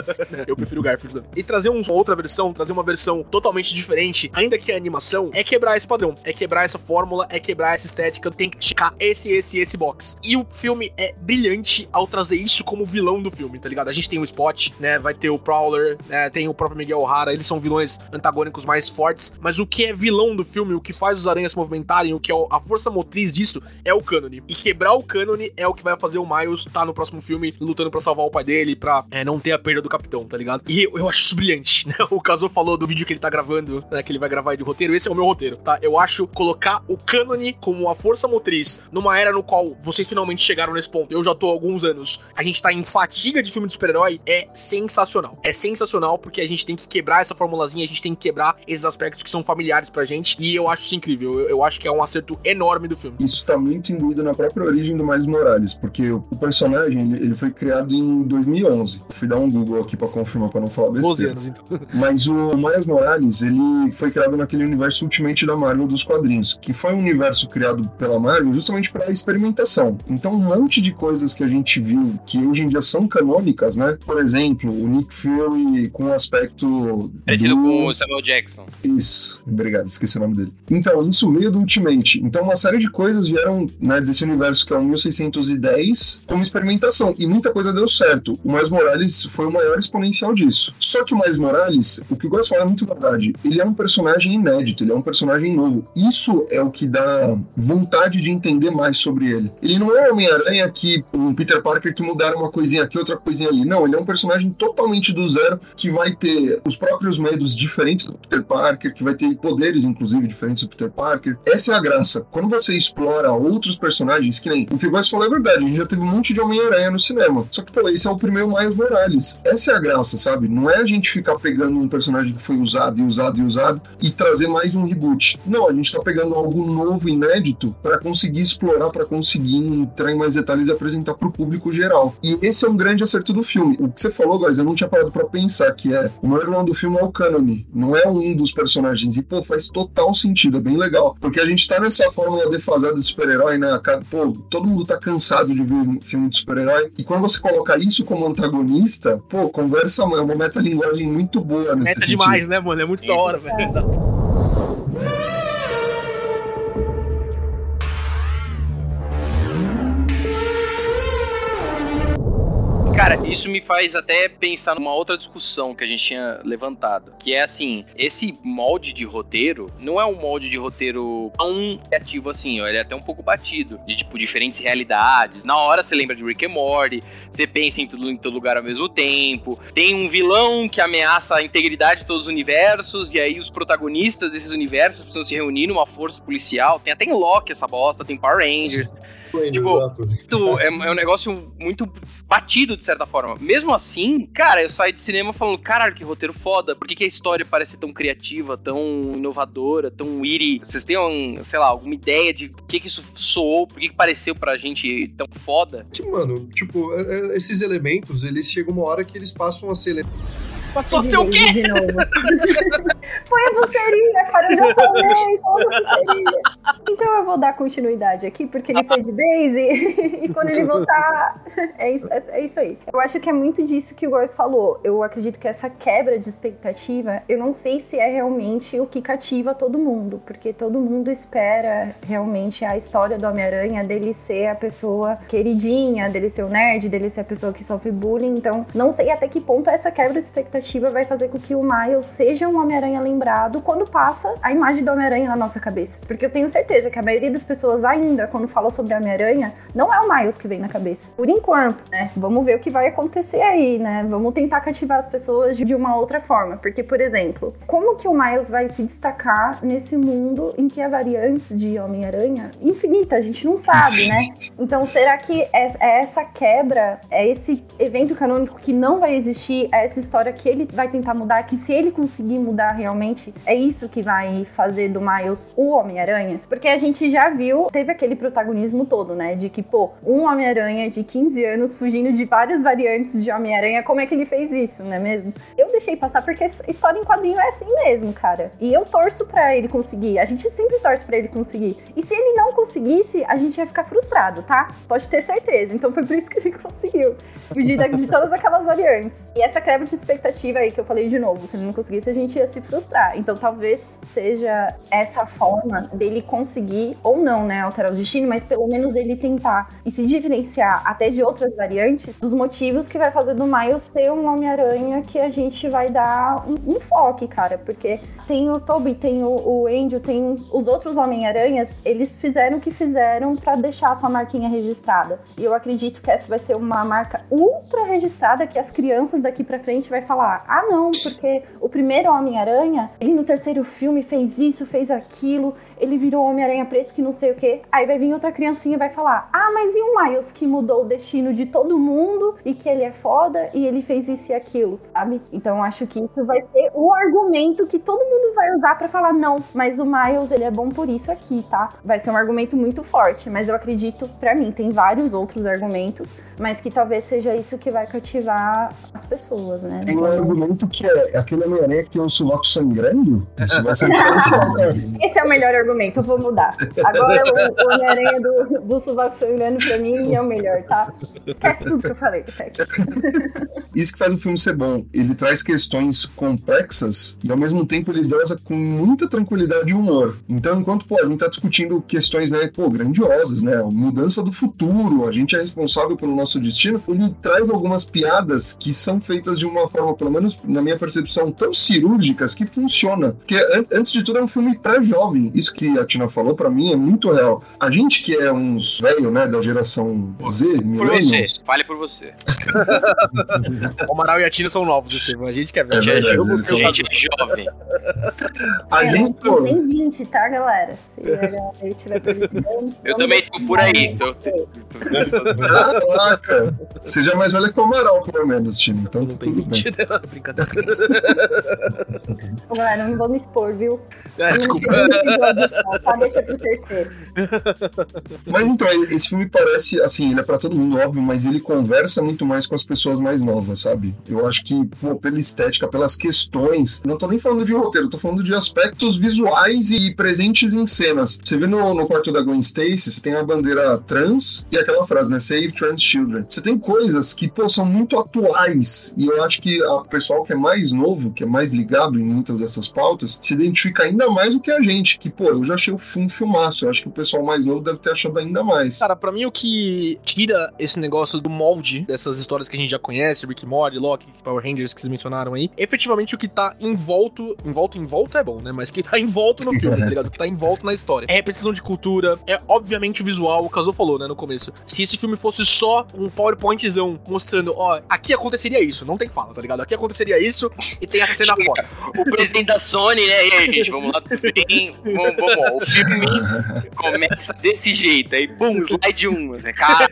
Eu prefiro o Garfield também. E trazer uma outra versão, trazer uma versão totalmente diferente, ainda que a animação, é quebrar esse padrão, é quebrar essa fórmula, é quebrar essa estética, tem que checar esse box. E o filme é brilhante ao trazer isso como vilão do filme, tá ligado? A gente tem o Spot, né, vai ter o Prowler, né, tem o próprio Miguel O'Hara, eles são vilões antagônicos mais fortes, mas o que é vilão do filme, o que faz os aranhas se movimentarem, o que é a força motriz disso, é o cânone. E quebrar o cânone é o que vai fazer o Miles tá no próximo filme lutando pra salvar o pai dele, pra não ter a perda do capitão, tá ligado? E eu acho isso brilhante, né? O Kazu falou do vídeo que ele tá gravando, né, que ele vai gravar aí de roteiro, esse é o meu roteiro, tá? Eu acho colocar o cânone como a força motriz numa era no qual vocês finalmente chegaram nesse ponto, eu já tô há alguns anos, a gente tá em fatiga de filme de super-herói, é sensacional. É sensacional porque a gente tem que quebrar essa formulazinha, a gente tem que quebrar esses aspectos que são familiares pra gente, e eu acho isso incrível, eu acho que é um acerto enorme do filme. Isso tá muito imbuído na própria origem do Miles Morales, porque o personagem, ele foi criado em 2011. Eu fui dar um Google aqui pra confirmar, pra não falar besteira. 12 anos, então. Mas o Miles Morales, ele foi criado naquele universo Ultimate da Marvel dos quadrinhos, que foi um universo criado pela Marvel justamente pra experimentação. Então, um monte de coisas que a gente viu, que hoje em dia são canônicas, né? Por exemplo, o Nick Fury com o aspecto... Parecido com o Samuel Jackson. Isso, obrigado, esqueci o nome dele. Então, isso veio do Ultimate. Então, uma série de coisas vieram, né, desse universo que é o 1610 como experimentação. E muita coisa deu certo. O Miles Morales foi o maior exponencial disso. Só que o Miles Morales, o que o Góes fala é muito verdade. Ele é um personagem inédito, ele é um personagem novo. Isso é o que dá vontade de entender mais sobre ele. Ele não é um Homem-Aranha que um Peter Parker que mudaram uma coisinha aqui, outra coisinha ali. Não, ele é um personagem totalmente do zero, que vai ter os próprios medos diferentes do Peter Parker, que vai ter poderes, inclusive, diferentes do Peter Parker. Essa é a graça. Quando você explora outros personagens, que nem o que o Góes falou é verdade, a gente já teve um monte de Homem-Aranha no cinema. Só que, pô, esse é o primeiro Miles Morales. Essa é a graça. massa, sabe? Não é a gente ficar pegando um personagem que foi usado e trazer mais um reboot. Não, a gente tá pegando algo novo, inédito, para conseguir explorar, para conseguir entrar em mais detalhes e apresentar pro público geral. E esse é um grande acerto do filme. O que você falou, guys, eu não tinha parado pra pensar, que o maior vilão do filme é o Cânone, não é um dos personagens. E, pô, faz total sentido, é bem legal. Porque a gente tá nessa fórmula defasada de super-herói, né? Pô, todo mundo tá cansado de ver um filme de super-herói. E quando você coloca isso como antagonista, pô, conversa, é uma metalinguagem muito boa nesse sentido. Demais, né, mano? É muito da hora, velho. Exato. Cara, isso me faz até pensar numa outra discussão que a gente tinha levantado, que é assim, esse molde de roteiro não é um molde de roteiro tão criativo assim, ó, ele é até um pouco batido, de tipo, diferentes realidades. Na hora você lembra de Rick and Morty, você pensa em tudo em todo lugar ao mesmo tempo, tem um vilão que ameaça a integridade de todos os universos, e aí os protagonistas desses universos precisam se reunir numa força policial, tem até em Loki essa bosta, tem Power Rangers. Tipo, é um negócio muito batido, de certa forma. Mesmo assim, cara, eu saí do cinema falando, caralho, que roteiro foda. Por que a história parece tão criativa, tão inovadora, tão witty? Vocês têm, sei lá, alguma ideia de por que isso soou, por que pareceu pra gente tão foda? Que, mano, tipo, esses elementos, eles chegam uma hora que eles passam a ser... Passou a ser o quê? Foi a pulseirinha, cara, eu já falei, foi a pulseirinha. Então eu vou dar continuidade aqui, porque ele foi de base, e quando ele voltar, é isso aí. Eu acho que é muito disso que o Góes falou. Eu acredito que essa quebra de expectativa, eu não sei se é realmente o que cativa todo mundo, porque todo mundo espera realmente a história do Homem-Aranha, dele ser a pessoa queridinha, dele ser o nerd, dele ser a pessoa que sofre bullying. Então, não sei até que ponto essa quebra de expectativa vai fazer com que o Miles seja um Homem-Aranha lembrado quando passa a imagem do Homem-Aranha na nossa cabeça. Porque eu tenho certeza que a maioria das pessoas ainda, quando fala sobre Homem-Aranha, não é o Miles que vem na cabeça. Por enquanto, né? Vamos ver o que vai acontecer aí, né? Vamos tentar cativar as pessoas de uma outra forma. Porque, por exemplo, como que o Miles vai se destacar nesse mundo em que há variantes de Homem-Aranha infinita? A gente não sabe, né? Então, será que essa quebra, é esse evento canônico que não vai existir, é essa história que ele vai tentar mudar, que se ele conseguir mudar realmente, é isso que vai fazer do Miles o Homem-Aranha? Porque a gente já viu, teve aquele protagonismo todo, né? De que, pô, um Homem-Aranha de 15 anos fugindo de várias variantes de Homem-Aranha, como é que ele fez isso, não é mesmo? Eu deixei passar porque história em quadrinho é assim mesmo, cara. E eu torço pra ele conseguir. A gente sempre torce pra ele conseguir. E se ele não conseguisse, a gente ia ficar frustrado, tá? Pode ter certeza. Então foi por isso que ele conseguiu fugir de todas aquelas variantes. E essa quebra de expectativa aí que eu falei de novo, se ele não conseguisse, a gente ia se frustrar. Então talvez seja essa forma dele conseguir, ou não, né, alterar o destino, mas pelo menos ele tentar e se diferenciar até de outras variantes, dos motivos que vai fazer do Miles ser um Homem-Aranha que a gente vai dar um foco, cara, porque tem o Tobey, tem o Andrew, tem os outros Homem-Aranhas, eles fizeram o que fizeram pra deixar a sua marquinha registrada. E eu acredito que essa vai ser uma marca ultra registrada que as crianças daqui pra frente vai falar, ah não, porque o primeiro Homem-Aranha, ele no terceiro filme fez isso, fez aquilo, ele virou Homem-Aranha preto que não sei o que. Aí vai vir outra criancinha e vai falar, ah, mas e o Miles que mudou o destino de todo mundo e que ele é foda e ele fez isso e aquilo, sabe? Então acho que isso vai ser o argumento que todo mundo vai usar pra falar, não, mas o Miles, ele é bom por isso aqui, tá? Vai ser um argumento muito forte, mas eu acredito, pra mim, tem vários outros argumentos, mas que talvez seja isso que vai cativar as pessoas, né? Tem um argumento que é aquele Homem-Aranha que tem um sovaco sangrando? Isso vai ser diferenciado. Esse é o melhor argumento, eu vou mudar. Agora o Homem-Aranha do sovaco sangrando pra mim é o melhor, tá? Esquece tudo que eu falei, Tech. Isso que faz o filme ser bom. Ele traz questões complexas e ao mesmo tempo ele dosa com muita tranquilidade e humor. Então, enquanto, a gente tá discutindo questões, né, grandiosas, né? A mudança do futuro, a gente é responsável pelo nosso destino, ele traz algumas piadas que são feitas de uma forma, pelo menos na minha percepção, tão cirúrgicas que funciona. Porque, antes de tudo, é um filme pré-jovem. Isso que a Tina falou, pra mim é muito real. A gente que é uns velho, né, da geração Z, Por você, fale por você. O Amaral e a Tina são novos, Estevam. A gente quer ver. A gente é jovem. A gente, pô, tem 20, tá, galera? Se eu tiver perguntando. Eu também tô por aí. Caraca! Você já é mais velho que o Amaral, pelo menos, time. Então tá tudo bem. Brincadeira. Ô, galera, não vou me expor, viu? Desculpa. Tá, deixa pro terceiro. Mas então, esse filme parece, assim, ele é pra todo mundo, óbvio, mas ele conversa muito mais com as pessoas mais novas, sabe? Eu acho que, pô, pela estética, pelas questões, não tô nem falando de roteiro, tô falando de aspectos visuais e presentes em cenas. Você vê no quarto da Gwen Stacy, você tem a bandeira trans e aquela frase, né? Save Trans Children. Você tem coisas que, pô, são muito atuais, e eu acho que o pessoal que é mais novo, que é mais ligado em muitas dessas pautas, se identifica ainda mais do que a gente, que, pô, eu já achei um filmaço, eu acho que o pessoal mais novo deve ter achado ainda mais. Cara, pra mim o que tira esse negócio do molde dessas histórias que a gente já conhece, Rick and Morty, Loki, Power Rangers que vocês mencionaram aí, efetivamente o que tá em volta é bom, né? Mas o que tá em volta no filme, tá ligado? O que tá em volta na história. É precisão de cultura, é obviamente o visual, o Kazu falou, né, no começo. Se esse filme fosse só um PowerPointzão mostrando, ó, aqui aconteceria isso, não tem fala, tá ligado? Aqui aconteceria isso e tem essa cena fora. O presidente da Sony, né? E aí, gente, vamos lá, vamos ó, o filme começa desse jeito, aí, bum, slide 1, assim, caralho.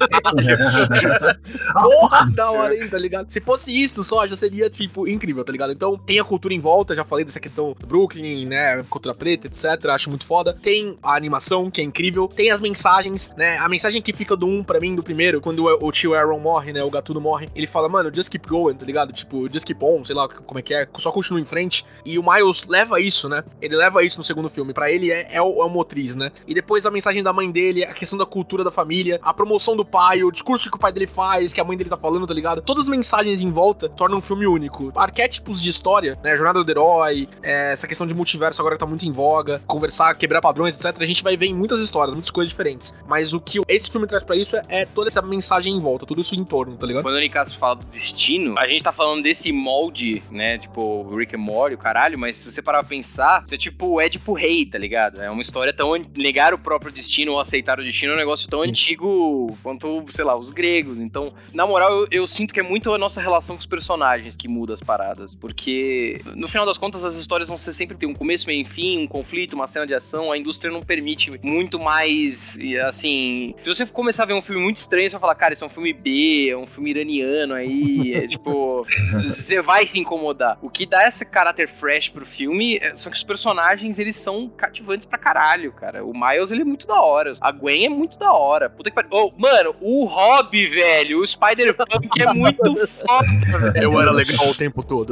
Porra, da hora, hein, tá ligado? Se fosse isso só, já seria, tipo, incrível, tá ligado? Então, tem a cultura em volta, já falei dessa questão do Brooklyn, né, cultura preta, etc, acho muito foda. Tem a animação, que é incrível. Tem as mensagens, né, a mensagem que fica do 1 pra mim, do primeiro, quando o tio Aaron morre, né, o Gatuno morre, ele fala, mano, just keep going, tá ligado? Tipo, just keep on, sei lá como é que é, só continua em frente. E o Miles leva isso, né? Ele leva isso no segundo filme. Pra ele é o motriz, né? E depois a mensagem da mãe dele, a questão da cultura da família, a promoção do pai, o discurso que o pai dele faz, que a mãe dele tá falando, tá ligado? Todas as mensagens em volta tornam um filme único. Arquétipos de história, né? Jornada do herói, essa questão de multiverso agora que tá muito em voga, conversar, quebrar padrões, etc. A gente vai ver em muitas histórias, muitas coisas diferentes. Mas o que esse filme traz pra isso é toda essa mensagem em volta, tudo isso em torno, tá ligado? Quando o Nicasso fala do destino, a gente tá falando desse molde, né? Tipo, Rick and Morty, o caralho, mas se você parar pra pensar, isso é tipo Édipo Rei, tá ligado? É uma história tão... Negar o próprio destino ou aceitar o destino é um negócio tão antigo quanto, sei lá, os gregos. Então, na moral, eu sinto que é muito a nossa relação com os personagens que muda as paradas, porque no final das contas as histórias vão ser sempre ter um começo, meio e fim, um conflito, uma cena de ação. A indústria não permite muito mais, assim... Se você começar a ver um filme muito estranho, você vai falar, cara, isso é um filme B, é um filme iraniano aí, tipo... Você vai se incomodar. O que dá esse caráter fresh pro filme são que os personagens, eles são cativantes pra caralho, cara. O Miles, ele é muito da hora. A Gwen é muito da hora. Puta que pariu. Oh, mano, o Hobby, velho, o Spider-Punk é muito foda, velho. Eu era legal o tempo todo.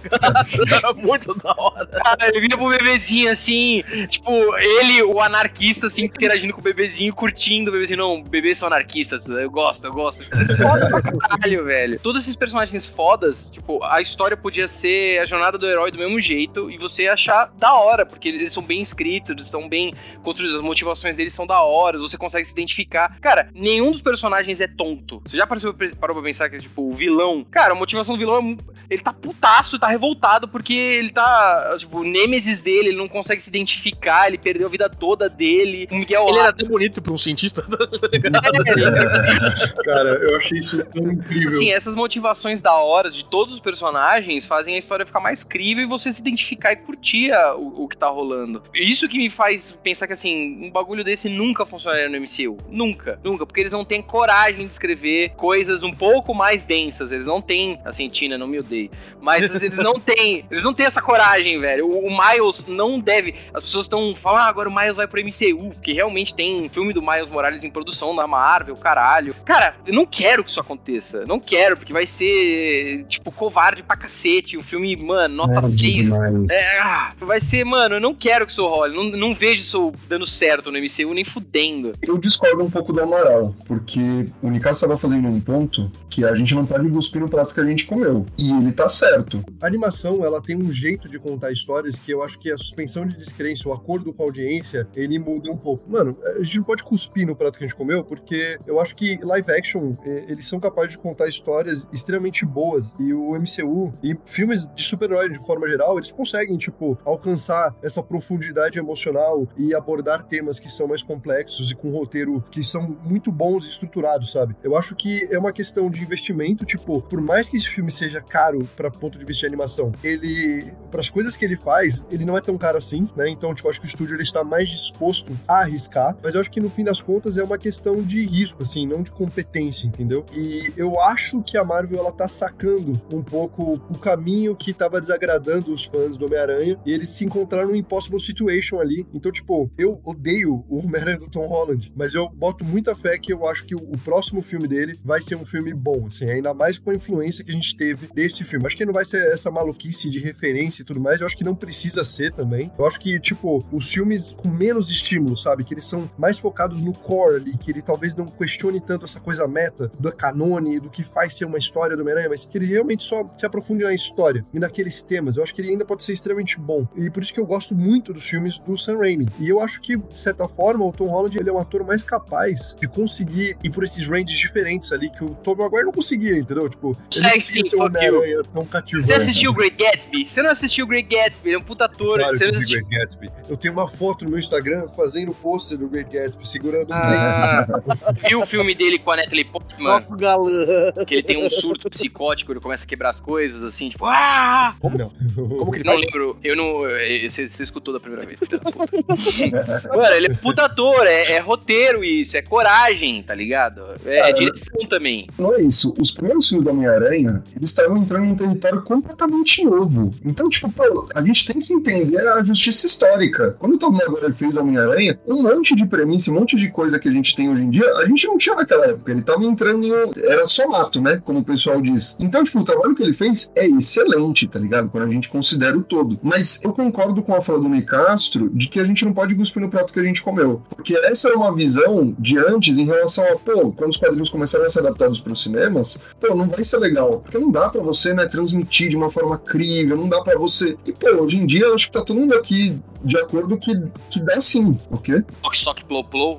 Era muito da hora. Cara, ele vinha pro bebezinho, assim, tipo, ele, o anarquista, assim, interagindo com o bebezinho, curtindo o bebezinho. Não, bebês são anarquistas, eu gosto. É foda pra caralho, velho. Todos esses personagens fodas, tipo, a história podia ser a jornada do herói do mesmo jeito e você achar da hora, porque eles são bem escritos, eles são bem construídos, as motivações deles são da hora, você consegue se identificar. Cara, nenhum dos personagens é tonto. Você já parou pra pensar que, tipo, o vilão... Cara, a motivação do vilão ele tá putaço, tá revoltado porque ele tá... Tipo, o nêmesis dele, ele não consegue se identificar, ele perdeu a vida toda dele. O Miguel... Ele era até bonito pra um cientista. Cara, eu achei isso tão incrível. Assim, essas motivações da hora de todos os personagens fazem a história ficar mais crível e você se identificar e curtir o que tá rolando. Isso que me faz pensar que, assim, um bagulho desse nunca funcionaria no MCU. Nunca. Porque eles não têm coragem de escrever coisas um pouco mais densas. Eles não têm, assim, Tina, não me odeie, mas eles não têm essa coragem, velho. O Miles não deve... As pessoas estão falando, agora o Miles vai pro MCU, porque realmente tem filme do Miles Morales em produção da Marvel, caralho. Cara, eu não quero que isso aconteça. Não quero, porque vai ser, tipo, covarde pra cacete. O filme, mano, nota 6. Vai ser, mano, eu não quero que isso role. Não vejo isso dando certo no MCU, nem fudendo. Eu discordo um pouco do Amaral, porque o Nicasso estava fazendo um ponto que a gente não pode cuspir no prato que a gente comeu. E ele tá certo. A animação, ela tem um jeito de contar histórias que eu acho que a suspensão de descrença, o acordo com a audiência, ele muda um pouco. Mano, a gente não pode cuspir no prato que a gente comeu, porque eu acho que live action, eles são capazes de contar histórias extremamente boas. E o MCU e filmes de super-herói, de forma geral, eles conseguem, tipo, alcançar essa profundidade emocional e abordar temas que são mais complexos e com roteiro que são muito bons e estruturados, sabe? Eu acho que é uma questão de investimento, tipo, por mais que esse filme seja caro pra ponto de vista de animação, para as coisas que ele faz, ele não é tão caro assim, né? Então, tipo, acho que o estúdio ele está mais disposto a arriscar, mas eu acho que no fim das contas é uma questão de risco, assim, não de competência, entendeu? E eu acho que a Marvel, ela tá sacando um pouco o caminho que tava desagradando os fãs do Homem-Aranha, e eles se encontraram no Impossible Situation ali. Então, tipo, eu odeio o Homem-Aranha do Tom Holland, mas eu boto muita fé que eu acho que o próximo filme dele vai ser um filme bom, assim, ainda mais com a influência que a gente teve desse filme. Acho que não vai ser essa maluquice de referência e tudo mais, eu acho que não precisa ser também. Eu acho que, tipo, os filmes com menos estímulo, sabe? Que eles são mais focados no core ali, que ele talvez não questione tanto essa coisa meta do canone, do que faz ser uma história do Homem-Aranha, mas que ele realmente só se aprofunde na história e naqueles temas. Eu acho que ele ainda pode ser extremamente bom. E por isso que eu gosto muito dos filmes do Sam Raimi. E eu acho que, de certa forma, o Tom Holland, ele é um ator mais capaz de conseguir ir por esses ranges diferentes ali, que o Tobey Maguire não conseguia, entendeu? Tipo, ele não conseguia ser um Homem-Aranha tão cativante. Você assistiu o Great Gatsby? Você não assistiu o Great Gatsby? Ele é um puta ator. Claro você que não eu vi assistiu... Great Gatsby. Eu tenho uma foto no meu Instagram fazendo o pôster do Great Gatsby, segurando Viu o filme dele com a Natalie Portman? Nosso galã. Que ele tem um surto psicótico, ele começa a quebrar as coisas, assim, tipo... Ah! Não. Como que ele Não faz? lembro, eu não... Você escutou da primeira vez, filho da puta. Mano, ele é puta ator, é roteiro isso, é coragem, tá ligado? É direção também. Não é isso. Os primeiros filmes do Homem-Aranha, eles estavam entrando num território completamente novo. Então, tipo, pô, a gente tem que entender a justiça histórica. Quando o Tom Maguire fez o Homem-Aranha, um monte de premissa, um monte de coisa que a gente tem hoje em dia, a gente não tinha naquela época. Ele tava entrando era só mato, né? Como o pessoal diz. Então, tipo, o trabalho que ele fez é excelente, tá ligado? Quando a gente considera o todo. Mas eu concordo com a fala do Nicastro de que a gente não pode cuspir no prato que a gente comeu. Porque essa era uma visão de antes em relação a, pô, quando os quadrinhos começaram a ser adaptados para os cinemas, pô, não vai ser legal. Porque não dá pra você, né, transmitir de uma forma crível, não dá pra você... E, pô, hoje em dia, eu acho que tá todo mundo aqui de acordo que dá sim, ok? Sock, plou, plou.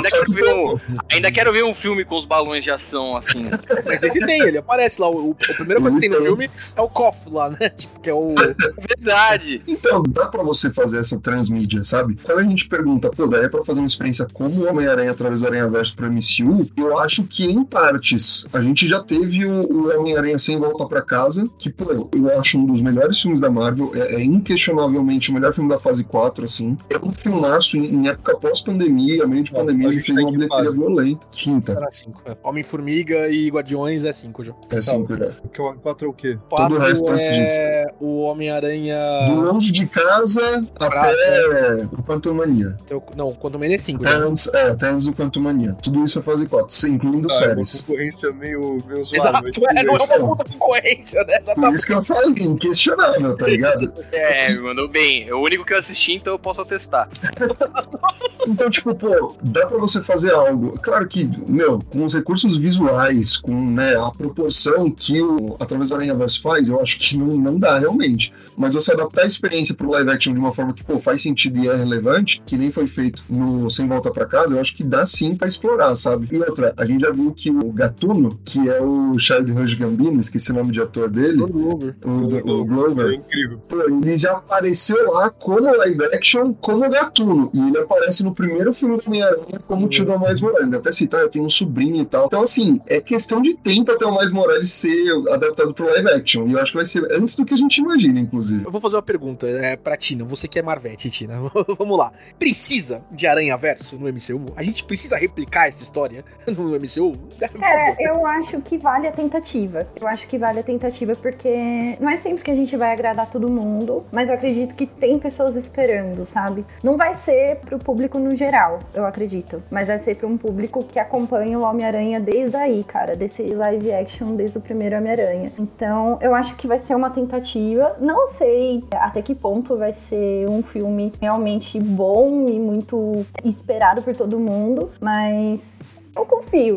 Eu ainda quero ver um filme com os balões de ação, assim. Mas esse tem, ele aparece lá. A primeira coisa que tem no filme é o Koff lá, né? Tipo, que é o... Verdade. Então, dá pra você fazer essa transmídia, sabe? Quando a gente pergunta, pô, daria pra fazer uma experiência como o Homem-Aranha através do Aranhaverso pro MCU, eu acho que, em partes, a gente já teve o Homem-Aranha Sem Volta Pra Casa, que, pô, eu acho um dos melhores filmes da Marvel, é inquestionavelmente o melhor filme da fase 4, assim. É um filmaço em época pós-pandemia, meio de pandemia, a gente fez uma bilheteria violenta. Quinta. Era 5. Homem-Formiga e Guardiões é 5 já. É 5, já. O 4 é o quê? Todo o resto antes disso. O Homem-Aranha... Do longe de casa até o Quantumania. Não, o Quantumania é 5 já. Até antes do Quantumania. Tudo isso é fase 4, sim, incluindo séries. É uma concorrência meio zoada. Exato, não é uma puta concorrência, né? Exatamente. Por isso que eu falei, inquestionável, tá ligado? Me mandou bem. É o único que eu assisti, então eu posso atestar. Então, tipo, pô, dá pra você fazer algo. Claro que, com os recursos visuais, com, né, a proporção que através do Aranhaverso faz, eu acho que não dá, realmente. Mas você adaptar a experiência pro live action de uma forma que, pô, faz sentido e é relevante, que nem foi feito no Sem Volta Pra Casa, eu acho que dá sim pra explorar, sabe? E outra, a gente já viu que o Gatuno, que é o Childish Gambino, esqueci o nome de ator dele, o Glover, é incrível. Pô, ele já apareceu lá como live action, como Gatuno, e ele aparece no primeiro filme do Homem-Aranha como o tio do Miles Morales, até citar, eu tenho um sobrinho e tal. Então, assim, é questão de tempo até o Miles Morales ser adaptado pro live action, e eu acho que vai ser antes do que a gente imagina, inclusive. Eu vou fazer uma pergunta pra Tina, você que é Marvete, Tina. Vamos lá. Precisa de Aranhaverso no MCU? A gente precisa replicar essa história no MCU? Eu acho que vale a tentativa. Eu acho que vale a tentativa porque não é sempre que a gente vai agradar todo mundo, mas eu acredito que tem pessoas esperando, sabe? Não vai ser pro público no geral, eu acredito, mas vai ser pra um público que acompanha o Homem-Aranha desde aí, cara, desse live action desde o primeiro Homem-Aranha. Então, eu acho que vai ser uma tentativa. Não sei até que ponto vai ser um filme realmente bom e muito esperado por todo mundo, mas Eu confio.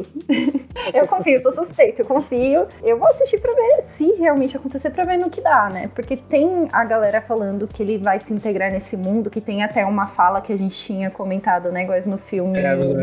Eu confio, sou suspeito, eu confio. Eu vou assistir pra ver se realmente acontecer, pra ver no que dá, né? Porque tem a galera falando que ele vai se integrar nesse mundo, que tem até uma fala que a gente tinha comentado, né? Igual no filme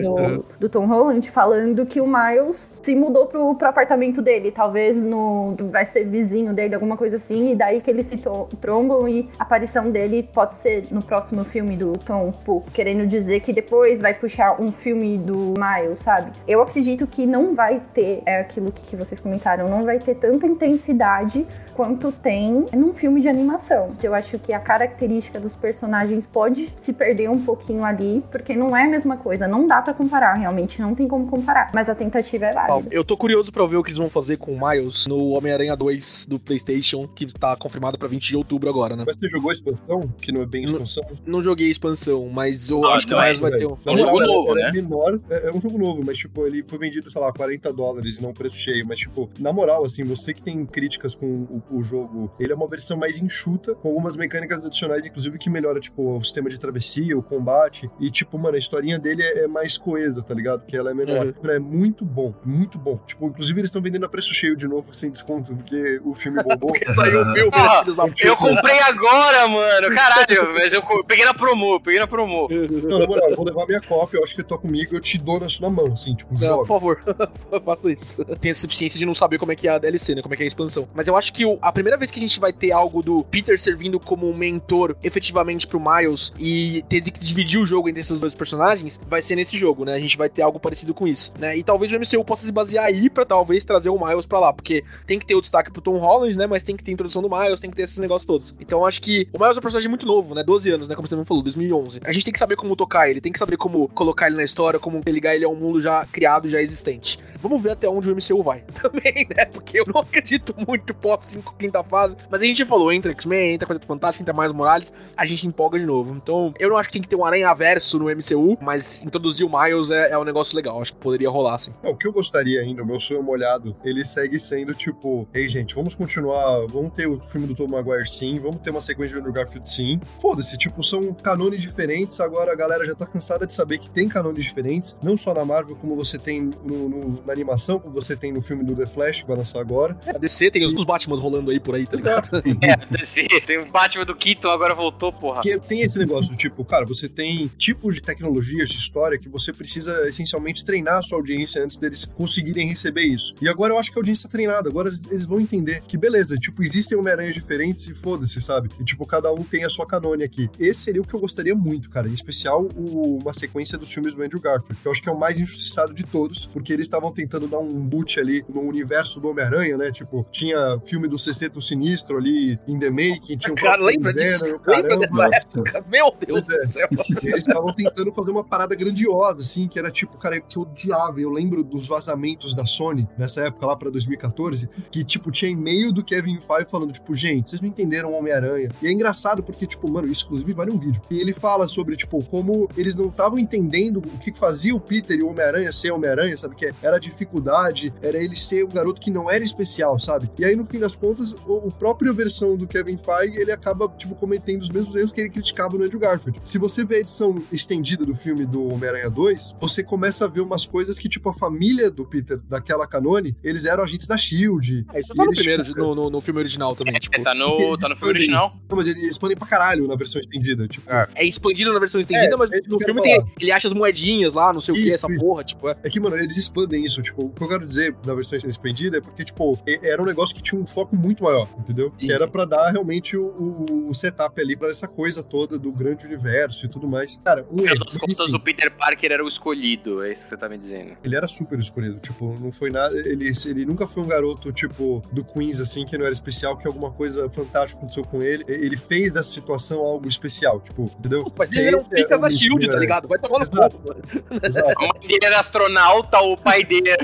do Tom Holland, falando que o Miles se mudou pro apartamento dele. Talvez vai ser vizinho dele, alguma coisa assim. E daí que eles se trombam e a aparição dele pode ser no próximo filme do Tom, querendo dizer que depois vai puxar um filme do Miles, sabe? Eu acredito que não vai ter, aquilo que vocês comentaram, não vai ter tanta intensidade quanto tem num filme de animação. Eu acho que a característica dos personagens pode se perder um pouquinho ali, porque não é a mesma coisa, não dá pra comparar, realmente, não tem como comparar, mas a tentativa é válida. Eu tô curioso pra ver o que eles vão fazer com o Miles no Homem-Aranha 2 do PlayStation, que tá confirmado pra 20 de outubro agora, né? Mas você jogou a expansão? Que não é bem expansão? Não joguei a expansão, mas eu acho que o Miles vai ter um... É um jogo novo, né? Menor, é um jogo novo, mas, tipo, ele foi vendido, sei lá, $40, não preço cheio, mas, tipo, na moral, assim, você que tem críticas com o jogo, ele é uma versão mais enxuta, com algumas mecânicas adicionais, inclusive, que melhora, tipo, o sistema de travessia, o combate, e, tipo, mano, a historinha dele é mais coesa, tá ligado? Porque ela é menor. É muito bom, muito bom. Tipo, inclusive, eles estão vendendo a preço cheio de novo, sem desconto, porque o filme bombou. Porque saiu o filme, né, filhos da puta. Eu comprei agora, mano, caralho, mas eu peguei na promo. Não, na moral, eu vou levar minha cópia, eu acho que tu tá comigo, eu te dou na sua mão, assim, tipo, não, por favor, faça isso. Tem a suficiência de não saber como é que é a DLC, né, como é que é a expansão. Mas eu acho que a primeira vez que a gente vai ter algo do Peter servindo como um mentor efetivamente pro Miles e ter que dividir o jogo entre esses dois personagens, vai ser nesse jogo, né, a gente vai ter algo parecido com isso, né, e talvez o MCU possa se basear aí pra talvez trazer o Miles pra lá, porque tem que ter o destaque pro Tom Holland, né, mas tem que ter a introdução do Miles, tem que ter esses negócios todos. Então eu acho que o Miles é um personagem muito novo, né, 12 anos, né, como você não falou, 2011. A gente tem que saber como tocar ele, tem que saber como colocar ele na história, como ligar ele a um mundo já criado, já existente. Vamos ver até onde o MCU vai também, né, porque eu não acredito muito pós 5ª fase, mas a gente falou, entra X-Men, entra Coisa Fantástica, entra Miles Morales, a gente empolga de novo. Então, eu não acho que tem que ter um aranha-verso no MCU, mas introduzir o Miles é um negócio legal, acho que poderia rolar, assim. O que eu gostaria ainda, o meu sonho molhado, ele segue sendo, tipo, ei, gente, vamos continuar, vamos ter o filme do Tom Maguire sim, vamos ter uma sequência de Andrew Garfield sim. Foda-se, tipo, são canones diferentes, agora a galera já tá cansada de saber que tem canones diferentes, não só na Marvel, como você tem na animação, como você tem no filme do The Flash, que vai lançar agora. A DC tem os Batman rolando aí por aí, tá ligado? A DC, tem o Batman do Keaton, agora voltou, porra. Que tem esse negócio do tipo, cara, você tem tipos de tecnologias, de história, que você precisa, essencialmente, treinar a sua audiência antes deles conseguirem receber isso. E agora eu acho que a audiência tá treinada, agora eles vão entender que, beleza, tipo, existem Homem-Aranhas diferentes e foda-se, sabe? E, tipo, cada um tem a sua canone aqui. Esse seria o que eu gostaria muito, cara, em especial uma sequência dos filmes do Andrew Garfield, que eu acho que é o mais injustiçado de todos, porque eles estavam tentando dar um boot ali no universo do Homem-Aranha, né? Tipo, tinha filme do Sexteto Sinistro ali, in the making, tinha cara, lembra disso? Lembra dessa época? Meu Deus do céu. Eles estavam tentando fazer uma parada grandiosa, assim, que era tipo, cara, que eu odiava. Eu lembro dos vazamentos da Sony, nessa época lá pra 2014, que, tipo, tinha e-mail do Kevin Feige falando, tipo, gente, vocês não entenderam o Homem-Aranha. E é engraçado porque, tipo, mano, isso inclusive vale um vídeo. E ele fala sobre, tipo, como eles não estavam entendendo o que fazia o Peter e o Homem-Aranha ser Homem-Aranha, sabe? Que era a dificuldade, era ele ser um garoto que não era especial, sabe? E aí, no fim das contas, a própria versão do Kevin Feige, ele acaba, tipo, cometendo os mesmos erros que ele criticava no Andrew Garfield. Se você vê a edição estendida do filme do Homem-Aranha 2, você começa a ver umas coisas que, tipo, a família do Peter, daquela canone, eles eram agentes da SHIELD. Isso tá no primeiro, tipo, no filme original também, tipo. Tá no filme original. Não, mas eles expandem pra caralho na versão estendida, tipo. É expandido na versão estendida, mas no filme ele acha as moedinhas lá, não sei o que, essa porra, tipo. É que, mano, eles expandem isso, tipo, o que eu quero dizer na versão expandida é porque, tipo, era um negócio que tinha um foco muito maior, entendeu? Que era pra dar realmente o setup ali pra essa coisa toda do grande universo e tudo mais. Cara, Afinal das contas, o Peter Parker era o escolhido, é isso que você tá me dizendo. Ele era super escolhido, tipo, não foi nada, ele nunca foi um garoto, tipo, do Queens, assim, que não era especial, que alguma coisa fantástica aconteceu com ele. Ele fez dessa situação algo especial, tipo, entendeu? Mas ele era um picas da SHIELD, tá ligado? Vai tomar no fogo, mano. Exato. A mãe dele era astronauta, o pai dele era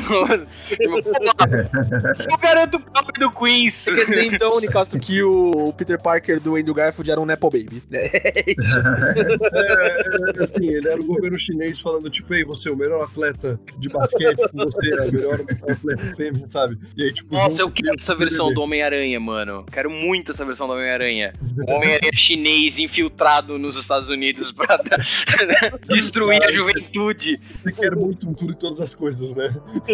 o garoto pobre do Queens. Quer dizer, então, Nicastro, que o Peter Parker do Andrew Garfield era um Nepo Baby. É isso. Assim, ele era o governo chinês falando, tipo, ei, você é o melhor atleta de basquete, você é o melhor atleta fêmea, sabe? E aí, tipo, nossa, eu quero essa versão do Homem-Aranha, mano. Quero muito essa versão do Homem-Aranha. O Homem-Aranha chinês infiltrado nos Estados Unidos pra destruir a juventude. Eu quero muito tudo e todas as coisas, né?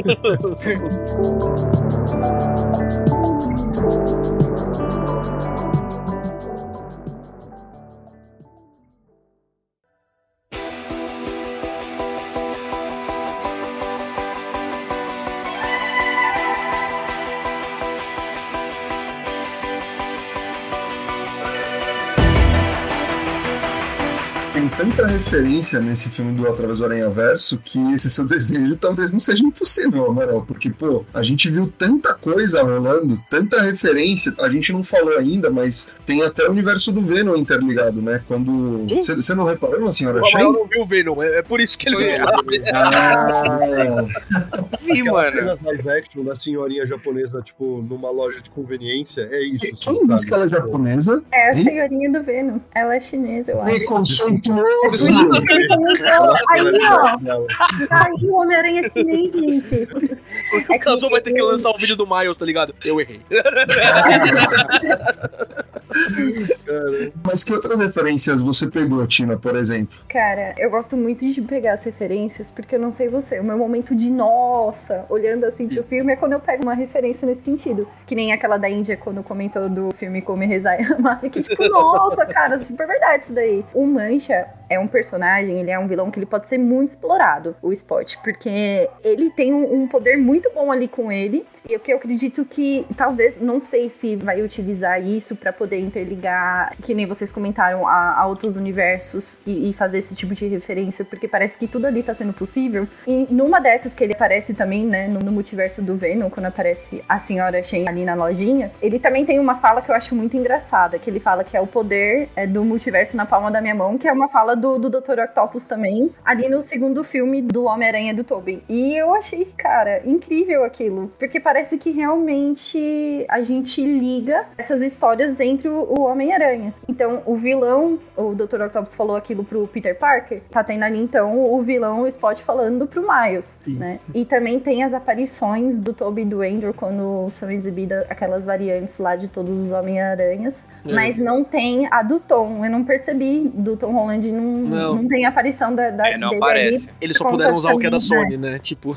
Tem tanta referência nesse filme do Através do Aranhaverso que esse seu desejo talvez não seja impossível, Amaral, porque, pô, a gente viu tanta coisa rolando, tanta referência, a gente não falou ainda, mas tem até o universo do Venom interligado, né? Quando... Você não reparou, minha senhora? O Amaral não viu o Venom, é por isso que ele não sabe. Ih, mano. Live action da senhorinha japonesa, tipo, numa loja de conveniência, é isso. Assim, Quem disse que ela é japonesa? É a senhorinha do Venom. Ela é chinesa, eu acho. Preconceituoso! Aí, ó. Aí o Homem-Aranha chinês, gente. O Casou vai ter que lançar um vídeo do Miles, tá ligado? Eu errei. Mas que outras referências você pegou, Tina, por exemplo? Cara, eu gosto muito de pegar as referências, porque eu não sei você, o meu momento de nossa, olhando assim pro filme, é quando eu pego uma referência nesse sentido. Que nem aquela da Índia, quando comentou do filme Come Rezar e Amar, que tipo, nossa, cara, super verdade isso daí. O Mancha é um personagem, ele é um vilão que ele pode ser muito explorado, o Spot, porque ele tem um poder muito bom ali com ele, e o que eu acredito que, talvez, não sei se vai utilizar isso pra poder interligar, que nem vocês comentaram, a outros universos e fazer esse tipo de referência, porque parece que tudo ali tá sendo possível. E numa dessas que ele aparece também, né, no multiverso do Venom, quando aparece a senhora Shen ali na lojinha, ele também tem uma fala que eu acho muito engraçada, que ele fala que é o poder do multiverso na palma da minha mão, que é uma fala do Dr. Octopus também, ali no segundo filme do Homem-Aranha do Tobey. E eu achei, cara, incrível aquilo, porque parece que realmente a gente liga essas histórias entre o Homem-Aranha. Então, o vilão, o Dr. Octopus falou aquilo pro Peter Parker, tá tendo ali, então, o vilão, o Spot, falando pro Miles, né? E também tem as aparições do Tobey e do Andrew quando são exibidas aquelas variantes lá de todos os Homem-Aranhas, mas não tem a do Tom. Eu não percebi, do Tom Holland não tem aparição da não dele aparece. ali. Eles só puderam usar o que é da Sony, né? Tipo...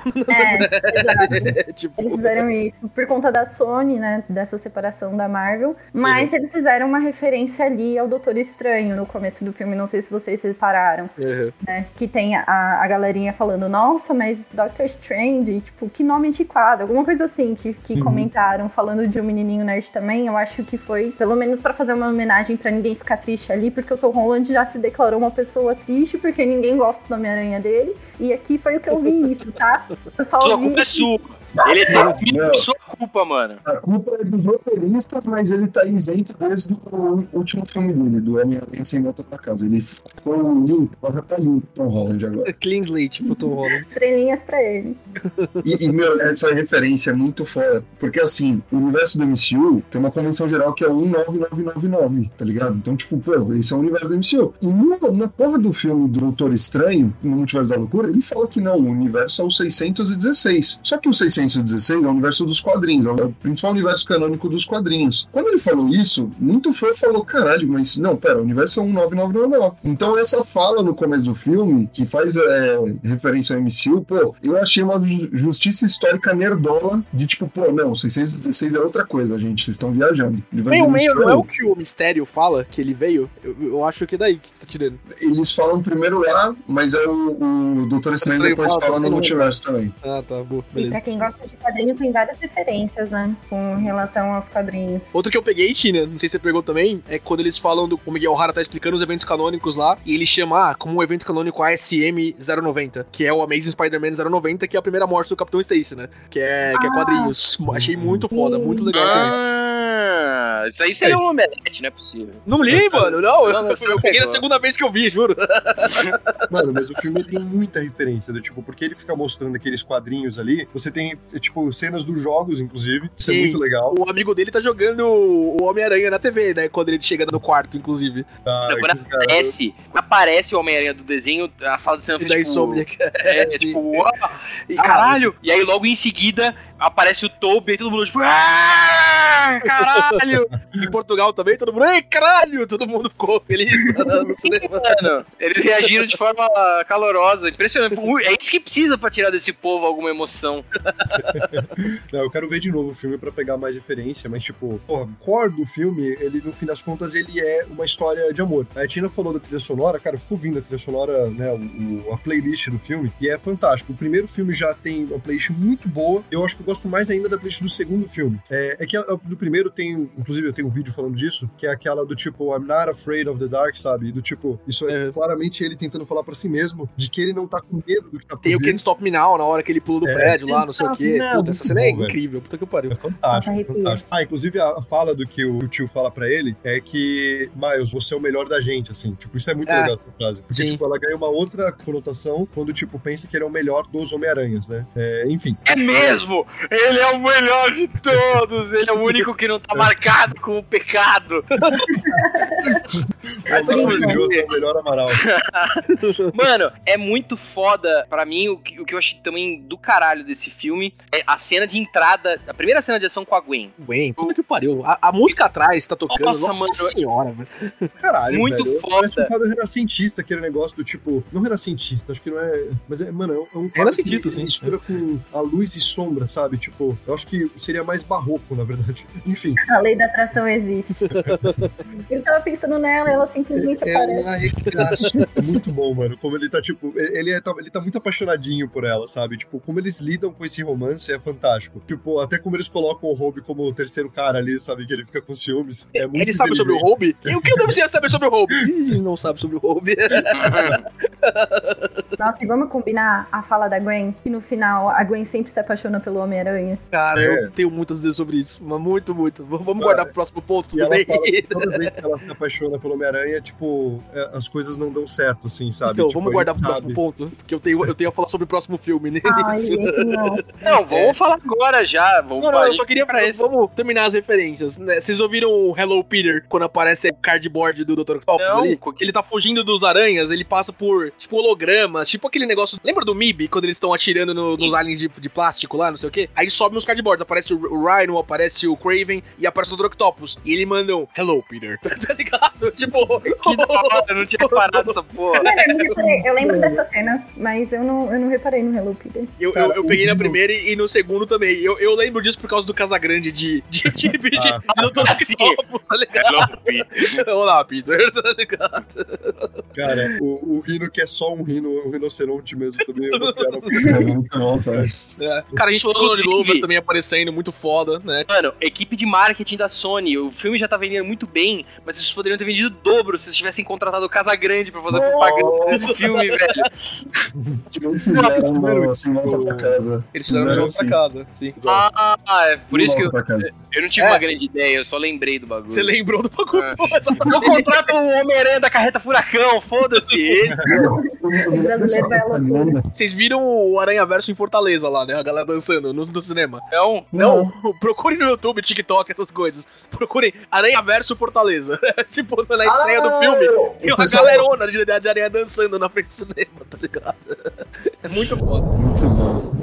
exato. tipo... Eles fizeram isso por conta da Sony, né? Dessa separação da Marvel. Mas eles fizeram uma referência ali ao Doutor Estranho no começo do filme. Não sei se vocês repararam. Né? Que tem a galerinha falando, nossa, mas Doctor Strange, tipo, que nome antiquado. Alguma coisa assim que comentaram, falando de um menininho nerd também. Eu acho que foi, pelo menos pra fazer uma homenagem pra ninguém ficar triste ali, porque o Tom Holland já se declarou uma pessoa triste, porque ninguém gosta do Homem-Aranha dele. E aqui foi o que eu vi isso, tá? Eu só Sua ouvi... culpa é sua. Ele tem sua culpa, mano. A culpa é dos roteiristas, mas ele tá isento desde o último filme dele, do Homem-Aranha Sem Volta Pra Casa. Ele ficou limpo, já tá limpo, Tom Holland agora. Clean slate pro Tom Holland. Estrelinhas pra ele. Meu, essa referência é muito foda, porque assim, o universo do MCU tem uma convenção geral que é 19999, tá ligado? Então, tipo, pô, esse é o universo do MCU. E na porra do filme do Doutor Estranho, no Multiverso da Loucura, ele fala que não, o universo é o 616. Só que o 616 é o universo dos quadrinhos, é o principal universo canônico dos quadrinhos. Quando ele falou isso, muito fã falou, caralho, mas não, pera, o universo é 19999. Então essa fala no começo do filme, que faz referência ao MCU, pô, eu achei uma justiça histórica nerdola, de tipo, pô, não, 616 é outra coisa, gente, vocês estão viajando. Meio, não é o que o Mistério fala, que ele veio? Eu acho que é daí que você tá tirando. Eles falam primeiro lá, mas é o Doutor Estranho depois fala no multiverso também. Ah, tá, boa, E beleza. pra quem gosta de quadrinho, tem várias referências, né? Com relação aos quadrinhos. Outro que eu peguei, Tina, não sei se você pegou também, é quando eles falam o Miguel O'Hara tá explicando os eventos canônicos lá, e ele chama como um evento canônico ASM 090, que é o Amazing Spider-Man 090, que é a primeira morte do Capitão Stacy, né? Que é quadrinhos. Achei muito foda, muito legal também. Isso aí seria um omelete, não é possível. Não li, mano, não. Eu peguei pegou. na segunda vez que eu vi, juro. Mano, mas o filme tem muita referência, né? Tipo, porque ele fica mostrando aqueles quadrinhos ali, você tem, tipo, cenas dos jogos, inclusive, isso é muito legal. O amigo dele tá jogando o Homem-Aranha na TV, né? Quando ele chega no quarto, inclusive. Quando aparece o Homem-Aranha do desenho, a sala de cinema E da Insomnia. tipo, ó, e caralho. E aí logo em seguida aparece o Tobey e todo mundo tipo, caralho! Em Portugal também, todo mundo, ei, caralho! Todo mundo ficou feliz no cinema. Mano, eles reagiram de forma calorosa, impressionante. É isso que precisa pra tirar desse povo alguma emoção. Não, eu quero ver de novo o filme pra pegar mais referência, mas tipo, porra, o core do filme, ele no fim das contas, ele é uma história de amor. A Tina falou da trilha sonora, cara, eu fico ouvindo a trilha sonora, né, a playlist do filme, e é fantástico. O primeiro filme já tem uma playlist muito boa, eu acho que eu gosto mais ainda da playlist do segundo filme. É que do primeiro tem, inclusive eu tenho um vídeo falando disso, que é aquela do tipo, I'm not afraid of the dark, sabe? Do tipo, isso é claramente ele tentando falar pra si mesmo, de que ele não tá com medo do que tá por Tem o Can't Stop Me Now, na hora que ele pula do prédio lá, não sei o quê. Puta, essa cena é bom, incrível, puta que pariu. É fantástico, fantástico. Inclusive a fala do que o tio fala pra ele é que, Miles, você é o melhor da gente, assim. Tipo, isso é muito legal essa frase. Porque, Sim. tipo, ela ganha uma outra conotação quando, tipo, pensa que ele é o melhor dos Homem-Aranhas, né? Enfim. É mesmo! Ele é o melhor de todos! Ele é o único que não tá marcado com o pecado! É maravilhoso, é o melhor Amaral. Mano, é muito foda. Pra mim, o que eu achei também do caralho desse filme é a cena de entrada, a primeira cena de ação com a Gwen. Gwen, puta que pariu. A música atrás tá tocando. Nossa, Nossa mano. senhora, velho. Caralho, Muito velho. foda. Parece um quadro renascentista, aquele negócio do tipo... Não renascentista, acho que não é... Mas, mano, é um quadro Renascentista, que sim. mistura com a luz e sombra, sabe? Tipo, eu acho que seria mais barroco, na verdade. Enfim. A lei da atração existe. Eu tava pensando nela e ela simplesmente aparece. É muito bom, mano. Como ele tá, tipo... Ele tá muito apaixonadinho por ela, sabe? Tipo, como eles lidam com esse romance é fantástico. Tipo, até como eles colocam o Hobie como o terceiro cara ali, sabe? Que ele fica com ciúmes. É muito Ele sabe sobre o inteligente. Hobie? E o que eu deveria saber sobre o Hobie? Ih, não sabe sobre o Hobie. Nossa, e vamos combinar a fala da Gwen? Que no final a Gwen sempre se apaixona pelo Homem-Aranha. Cara, eu tenho muito a dizer sobre isso. Mas muito. Vamos guardar pro próximo ponto, E tudo ela bem? fala que toda vez que ela se apaixona pelo Homem-Aranha, tipo, as coisas não dão certo, assim, sabe? Então, tipo, vamos guardar ele pro sabe. próximo ponto. Porque eu tenho a falar sobre o próximo filme, né? Ai, Nisso. gente, não. Não, vamos falar agora já. Vamos Não, eu só queria. pra esse. Vamos terminar as referências. Né? Vocês ouviram o Hello Peter quando aparece o cardboard do Dr. Octopus Não, ali? Ele tá fugindo dos aranhas, ele passa por, tipo, hologramas, tipo aquele negócio. Lembra do MIB, quando eles estão atirando nos aliens de plástico lá, não sei o quê? Aí sobe uns cardboards, aparece o Rhino, aparece o Kraven e aparece o Dr. Octopus. E ele manda um Hello Peter. Tá ligado? Tipo. Que da hora, eu não tinha reparado essa porra. Eu lembro dessa cena, mas eu não reparei no Hello Peter. Eu peguei na primeira e no segundo também. Eu lembro disso por causa do Casagrande de Dr. Octopus, tá ligado? Hello, Peter. Olá, Peter, tá ligado? Cara, o Rino que é só um rinoceronte mesmo também. Eu vou criar É muito bom, tá? Cara, a gente falou do Donald Glover também aparecendo, muito foda, né? Mano, equipe de marketing da Sony, o filme já tá vendendo muito bem, mas vocês poderiam ter vendido o dobro se vocês tivessem contratado o Casagrande pra fazer propaganda desse filme, velho. Eles fizeram assim, volta pra casa. Eles fizeram de volta pra casa, sim. É por isso que Volta pra casa. eu não tive uma grande ideia, eu só lembrei do bagulho. Você lembrou do bagulho? Eu contrato o Homem-Aranha da Carreta Furacão, foda-se. Esse. O brasileiro vai à loucura. Vocês viram o Aranha Verso em Fortaleza lá, né? A galera dançando no cinema. Não, Não, procurem no YouTube, TikTok, essas coisas. Procurem Aranha Verso Fortaleza. Tipo, na estreia do filme, tem uma galerona de aranha dançando na frente do cinema, tá ligado? É muito foda. Muito bom.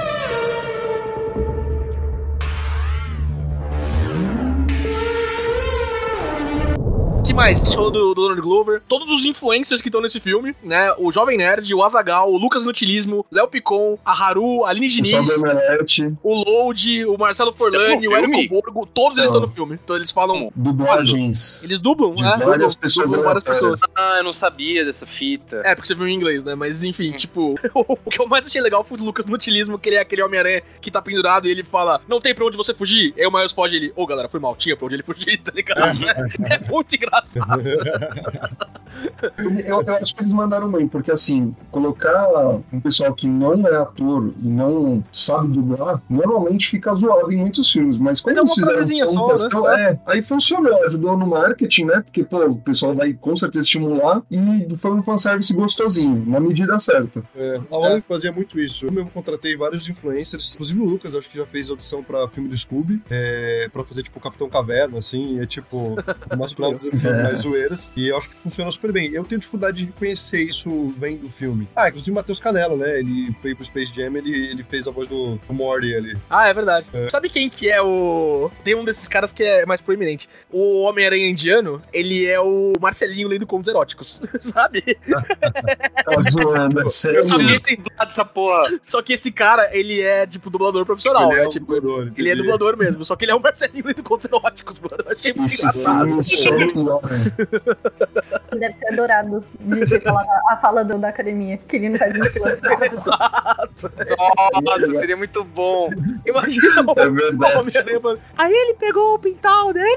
O que mais? A gente falou do Donald Glover. Todos os influencers que estão nesse filme, né? O Jovem Nerd, o Azaghal, o Lucas Nutilismo, Léo Picon, a Haru, a Aline Diniz, o Load, o Marcelo Forlani, o Érico Borgo, todos eles estão no filme. Então eles falam... Dublagens. Eles dublam, De né? várias pessoas Dublam várias aleatórias. pessoas. eu não sabia dessa fita. É, porque você viu em inglês, né? Mas enfim, tipo... O que eu mais achei legal foi o Lucas Nutilismo, que ele é aquele Homem-Aranha que tá pendurado e ele fala, não tem pra onde você fugir. Aí o Miles foge e ele, galera, foi mal, tinha pra onde ele fugir, tá ligado? É muito engraçado. Eu acho que eles mandaram bem, porque assim, colocar um pessoal que não é ator e não sabe dublar, normalmente fica zoado em muitos filmes, mas quando Mas eles é uma fizeram frasezinha uma só, questão, aí funcionou, ajudou no marketing, né? Porque, pô, o pessoal vai com certeza estimular e foi um fanservice gostosinho, na medida certa. A Warner fazia muito isso. Eu mesmo contratei vários influencers, inclusive o Lucas, acho que já fez audição pra filme do Scooby, pra fazer, tipo, o Capitão Caverna, assim, é tipo, umas provas mais zoeiras, e eu acho que funciona super bem. Eu tenho dificuldade de reconhecer isso vendo o filme. Inclusive o Matheus Canella, né? Ele foi pro Space Jam, ele fez a voz do Morty ali. É verdade. Sabe quem que é o... Tem um desses caras que é mais proeminente. O Homem-Aranha indiano, ele é o Marcelinho lendo contos eróticos, sabe? Tá zoando, é sério. Só que esse cara, ele é, tipo, dublador profissional, Ele é né? um Tipo, dublador, ele é dublador mesmo, só que ele é um Marcelinho lendo contos eróticos, mano. Eu achei muito Esse engraçado. filme só melhor, né? Deve ter adorado de ter falado a fala da academia, que ele não faz musculação. Exato. Nossa, seria muito bom. Imagina o verdade. Homem-Aranha falando, aí ele pegou o pintal dele.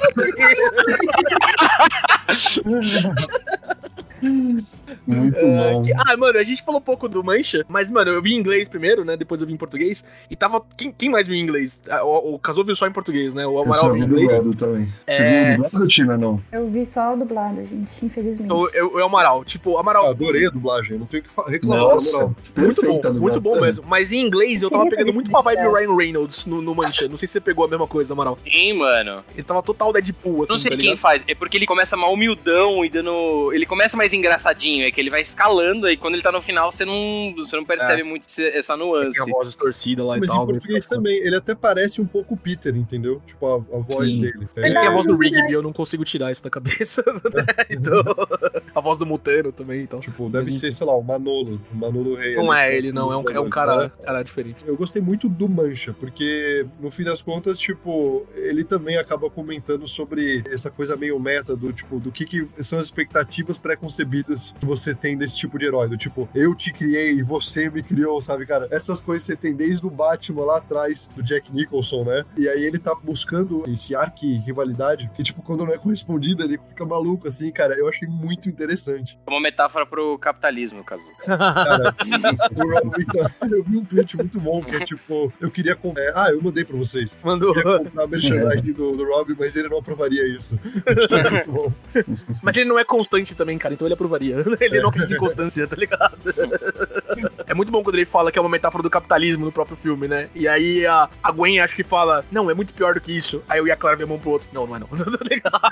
Muito bom. Mano, a gente falou um pouco do Mancha, mas, mano, eu vi em inglês primeiro, né? Depois eu vi em português. E tava. Quem mais viu em inglês? O Caso viu só em português, né? O Amaral viu em inglês. Também. Você viu dublado, Tina, não? Eu vi só dublado, gente, infelizmente. O Amaral, tipo, Amaral. Adorei a dublagem, não tenho o que reclamar. Nossa, Muito bom mesmo. Mas em inglês eu tava pegando muito uma vibe Ryan Reynolds no Mancha. Não sei se você pegou a mesma coisa, Amaral. Sim, mano. Ele tava total Deadpool, assim. Não sei tá quem ligado? faz. É porque ele começa mal humildão e dando. Ele começa mais engraçadinho. É que ele vai escalando e quando ele tá no final você não percebe muito essa nuance. Tem a voz distorcida lá Mas e tal. em português também, ele até parece um pouco o Peter, entendeu? Tipo, a voz Sim. dele. Ele tem a voz do Rigby, eu não consigo tirar isso da cabeça. Né? Então, a voz do Mutano também, então. Tipo, deve ser, sei lá, o Manolo Rey. Não ali, é ele, não. É um cara diferente. Eu gostei muito do Mancha, porque no fim das contas, tipo, ele também acaba comentando sobre essa coisa meio meta do tipo, do que são as expectativas pré-concebidas que você tem desse tipo de herói. Do tipo, eu te criei e você me criou, sabe, cara? Essas coisas você tem desde o Batman lá atrás, do Jack Nicholson, né? E aí ele tá buscando esse arqui-rivalidade, que, tipo, quando não é correspondida, ele fica maluco, assim, cara. Eu achei muito interessante. É uma metáfora pro capitalismo, Cazu. Cara, eu vi um tweet muito bom, que é tipo, eu queria comprar. Eu mandei pra vocês. Mandou. Eu queria comprar merchandising do Rob, mas ele não aprovaria isso. Muito bom. Mas ele não é constante também, cara, então ele aprovaria. Ele não acredita em constância, tá ligado? É muito bom quando ele fala que é uma metáfora do capitalismo no próprio filme, né? E aí a Gwen acho que fala, não, é muito pior do que isso. Aí eu e a Clara vê a mão pro outro. Não é não. Tá ligado?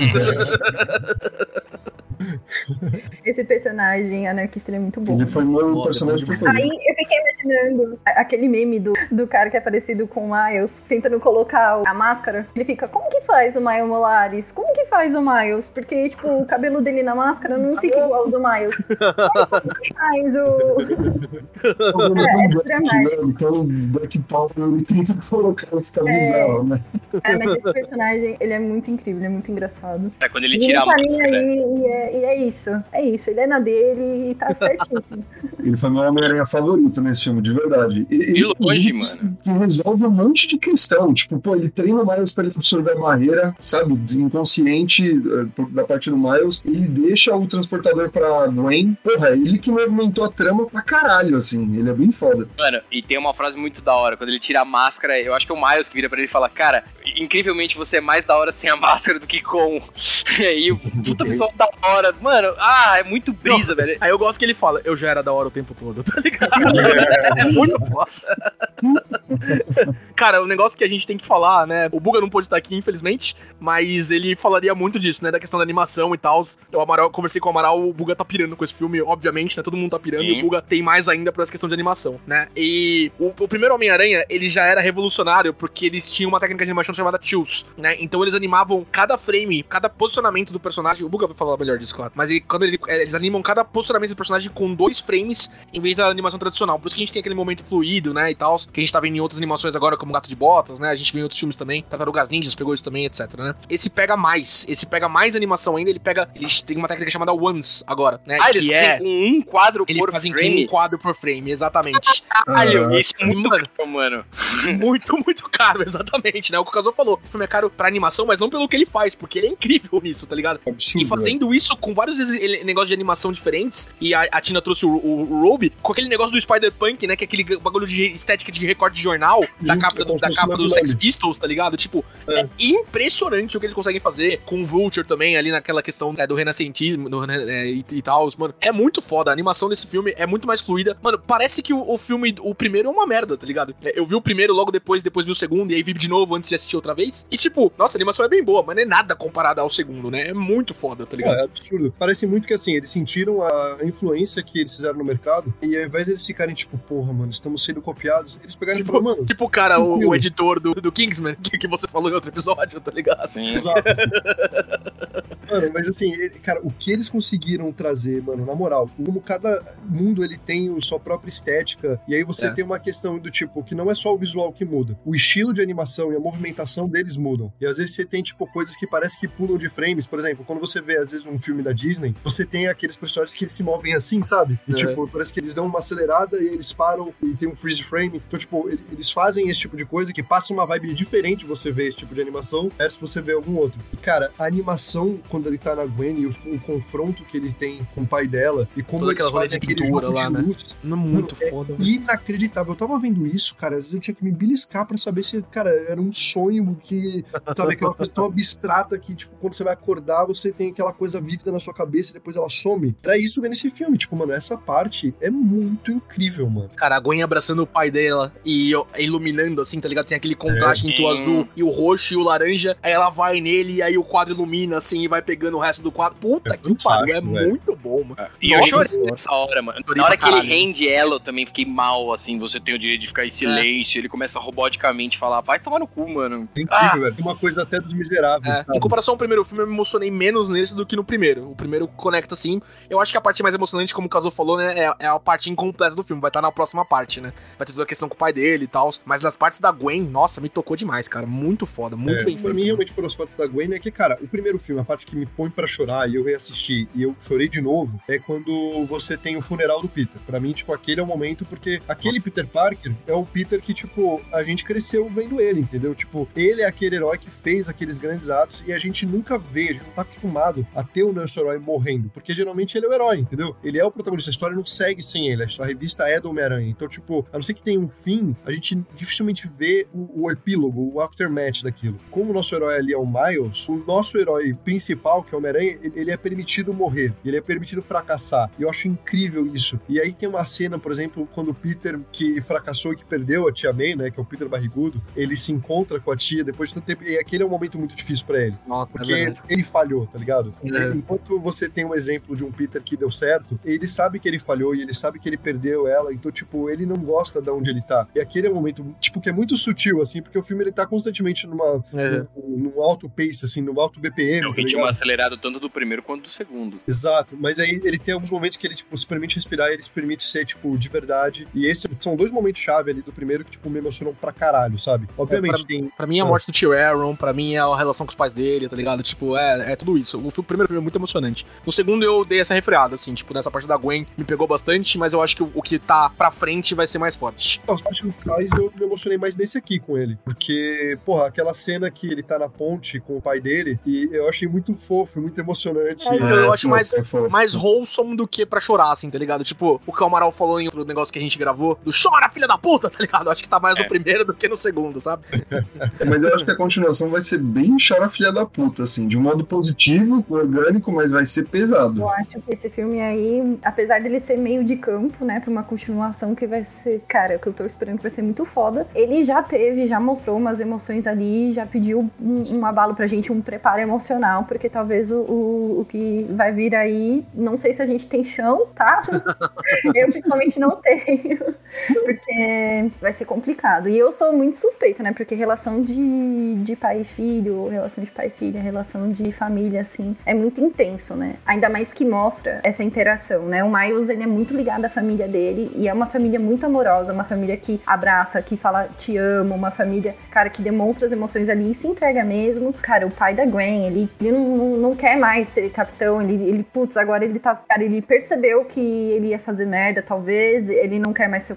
Esse personagem anarquista, ele é muito bom. Ele foi meu personagem preferido. Aí eu fiquei imaginando aquele meme do cara que é parecido com o Miles, tentando colocar a máscara. Ele fica, como que faz o Miles Morales? Como que faz o Miles? Porque, tipo, o cabelo dele na máscara não fica igual ao do Miles. Como que faz Então o Black Power ele tenta colocar, fica bizarro, né? Mas esse personagem, ele é muito incrível, ele é muito engraçado. É quando ele tira a tá nem máscara. aí, e é isso, ele é na dele e tá certíssimo. Ele foi meu Homem-Aranha favorito nesse filme, de verdade. De longe, mano. Que resolve um monte de questão. Tipo, pô, ele treina o Miles pra ele absorver a barreira, sabe? Inconsciente da parte do Miles. Ele deixa o transportador pra Gwen. Porra, ele que movimentou a trama pra caralho, assim. Ele é bem foda. Mano, e tem uma frase muito da hora. Quando ele tira a máscara, eu acho que é o Miles que vira pra ele e fala, cara, incrivelmente você é mais da hora sem a máscara do que com. E o puta visual da hora. Mano, é muito brisa, velho. Aí eu gosto que ele fala, eu já era da hora o tempo todo, tá ligado? É muito foda. Cara, o negócio que a gente tem que falar, né? O Buga não pôde estar aqui, infelizmente, mas ele falaria muito disso, né? Da questão da animação e tal. Eu conversei com o Amaral, o Buga tá pirando com esse filme, obviamente, né? Todo mundo tá pirando. Sim. E o Buga tem mais ainda por essa questão de animação, né? E o primeiro Homem-Aranha, ele já era revolucionário porque eles tinham uma técnica de animação chamada Chills, né? Então eles animavam cada frame, cada posicionamento do personagem. O Buga vai falar melhor disso, claro. Mas quando eles animam cada posicionamento do personagem com 2 frames em vez da animação tradicional. Por isso que a gente tem aquele momento fluido, né? E tal, que a gente tá vendo em outras animações agora, como Gato de Botas, né? A gente viu em outros filmes também. Tartarugas Ninjas pegou isso também, etc, né? Esse pega mais animação ainda. Eles têm uma técnica chamada Ones agora, né? Eles fazem com um quadro por frame? Com um quadro por frame, exatamente. Caralho, isso é muito caro, mano. Muito, muito caro, exatamente, né? O que o Caso falou. O filme é caro pra animação, mas não pelo que ele faz, porque ele é incrível nisso, tá ligado? Absurdo, e fazendo isso isso com vários negócios de animação diferentes, e a Tina trouxe o Robe, com aquele negócio do Spider-Punk, né, que é aquele bagulho de estética de recorte de jornal, da capa do Sex Pistols, tá ligado? Tipo, é impressionante o que eles conseguem fazer, com o Vulture também, ali naquela questão do renascentismo e tal, mano. É muito foda, a animação desse filme é muito mais fluida. Mano, parece que o filme, o primeiro é uma merda, tá ligado? Eu vi o primeiro logo depois vi o segundo, e aí vi de novo antes de assistir outra vez. E tipo, nossa, a animação é bem boa, mas não é nada comparada ao segundo, né? É muito foda, tá ligado? É absurdo. Parece muito que assim, eles sentiram a influência que eles fizeram no mercado, e ao invés de eles ficarem tipo, porra, mano, estamos sendo copiados, eles pegaram e falaram, mano... Tipo o cara, o editor do Kingsman, que você falou em outro episódio, tá ligado? Sim. Exato. Mano, mas assim, cara, o que eles conseguiram trazer, mano, na moral, como cada mundo ele tem a sua própria estética, e aí você tem uma questão do tipo, que não é só o visual que muda, o estilo de animação e a movimentação deles mudam. E às vezes você tem, tipo, coisas que parece que pulam de frames, por exemplo, quando você vê, às vezes, um filme da Disney, você tem aqueles personagens que eles se movem assim, sabe? E, tipo, parece que eles dão uma acelerada e eles param e tem um freeze frame. Então, tipo, eles fazem esse tipo de coisa que passa uma vibe diferente você ver esse tipo de animação versus você ver algum outro. E, cara, a animação, quando ele tá na Gwen e o confronto que ele tem com o pai dela e como toda eles aquela fazem de aquele pintura jogo lá, de né? luz, Não, muito foda, velho. Inacreditável. Eu tava vendo isso, cara, às vezes eu tinha que me beliscar pra saber se, cara, era um sonho que, sabe, aquela coisa tão abstrata que, tipo, quando você vai acordar, você tem aquela coisa vívida na sua cabeça e depois ela some. Era isso nesse filme, tipo, mano, essa parte é muito incrível, mano. Cara, a Gwen abraçando o pai dela e iluminando, assim, tá ligado? Tem aquele contraste entre o azul e o roxo e o laranja, aí ela vai nele e aí o quadro ilumina, assim, e vai pegando o resto do quadro. Puta que pariu, é muito bom, mano. E eu chorei nessa hora, mano. Na hora que ele rende ela, eu também fiquei mal, assim, você tem o direito de ficar em silêncio, ele começa roboticamente a falar, vai tomar no cu, mano. É incrível, velho. Tem uma coisa até dos miseráveis. Em comparação ao primeiro filme, eu me emocionei menos nesse do que no primeiro. O primeiro conecta, assim. Eu acho que a parte mais emocionante, como o Kazu falou, né, é a parte incompleta do filme. Vai estar na próxima parte, né? Vai ter toda a questão com o pai dele e tal. Mas nas partes da Gwen, nossa, me tocou demais, cara. Muito foda, muito bem feito. Pra mim, realmente foram as partes da Gwen, né? Que, cara, o primeiro filme, a parte que me põe pra chorar e eu reassisti e eu chorei de novo, é quando você tem o funeral do Peter. Pra mim, tipo, aquele é o momento, porque aquele Peter Parker é o Peter que, tipo, a gente cresceu vendo ele, entendeu? Tipo, ele é aquele herói que fez aqueles grandes atos e a gente nunca vê, a gente não tá acostumado a ter o nosso herói morrendo, porque geralmente ele é o herói, entendeu? Ele é o protagonista, a história não segue sem ele, a revista é do Homem-Aranha. Então, tipo, a não ser que tenha um fim, a gente dificilmente vê o epílogo, o aftermath daquilo. Como o nosso herói ali é o Miles, o nosso herói principal, que é o Homem-Aranha, ele é permitido morrer, ele é permitido fracassar. E eu acho incrível isso. E aí tem uma cena, por exemplo, quando o Peter, que fracassou e que perdeu a tia May, né, que é o Peter barrigudo, ele se encontra com a tia depois de tanto tempo, e aquele é um momento muito difícil pra ele. Nossa, porque ele falhou, tá ligado? Enquanto você tem um exemplo de um Peter que deu certo, ele sabe que ele falhou e ele sabe que ele perdeu ela, então, tipo, ele não gosta de onde ele tá. E aquele é um momento, tipo, que é muito sutil, assim, porque o filme, ele tá constantemente num alto pace, assim, num alto BPM. É o ritmo acelerado tanto do primeiro quanto do segundo. Exato, mas aí ele tem alguns momentos que ele, tipo, se permite respirar e ele se permite ser, tipo, de verdade. E esses são dois momentos chave ali do primeiro que, tipo, me emocionam pra caralho, sabe? Obviamente pra mim, a morte do tio Aaron, pra mim, é a relação com os pais dele, tá ligado? Tipo, é tudo isso. O primeiro filme é muito emocionante. No segundo, eu dei essa refreada, assim, tipo, nessa parte da Gwen me pegou bastante, mas eu acho que o que tá pra frente vai ser mais forte. Os partes finais eu me emocionei mais nesse aqui com ele, porque, porra, aquela cena que ele tá na ponte com o pai dele, e eu achei muito fofo, muito emocionante. Eu acho mais wholesome do que pra chorar, assim, tá ligado? Tipo, o que o Amaral falou em outro negócio que a gente gravou, do chora, filha da puta, tá ligado? Eu acho que tá mais no primeiro do que no segundo, sabe? Mas eu acho que a continuação vai ser bem chora, filha da puta, assim, de um modo positivo, orgânico, mas vai ser pesado. Eu acho que esse filme aí, apesar dele ser meio de campo, né, pra uma continuação que vai ser, cara, que eu tô esperando que vai ser muito foda, ele já mostrou umas emoções ali, já pediu um abalo pra gente, um preparo emocional, porque talvez o que vai vir aí, não sei se a gente tem chão, tá? Eu principalmente não tenho, porque vai ser complicado. E eu sou muito suspeita, né, porque relação de pai e filho, relação de pai e filha, relação de família, assim, é muito intenso, né? Ainda mais que mostra essa interação, né? O Miles, ele é muito ligado à família dele, e é uma família muito amorosa, uma família que abraça, que fala te amo, uma família, cara, que demonstra as emoções ali e se entrega mesmo. Cara, o pai da Gwen, ele não quer mais ser capitão, ele putz, agora ele tá, cara, ele percebeu que ele ia fazer merda, talvez, ele não quer mais ser o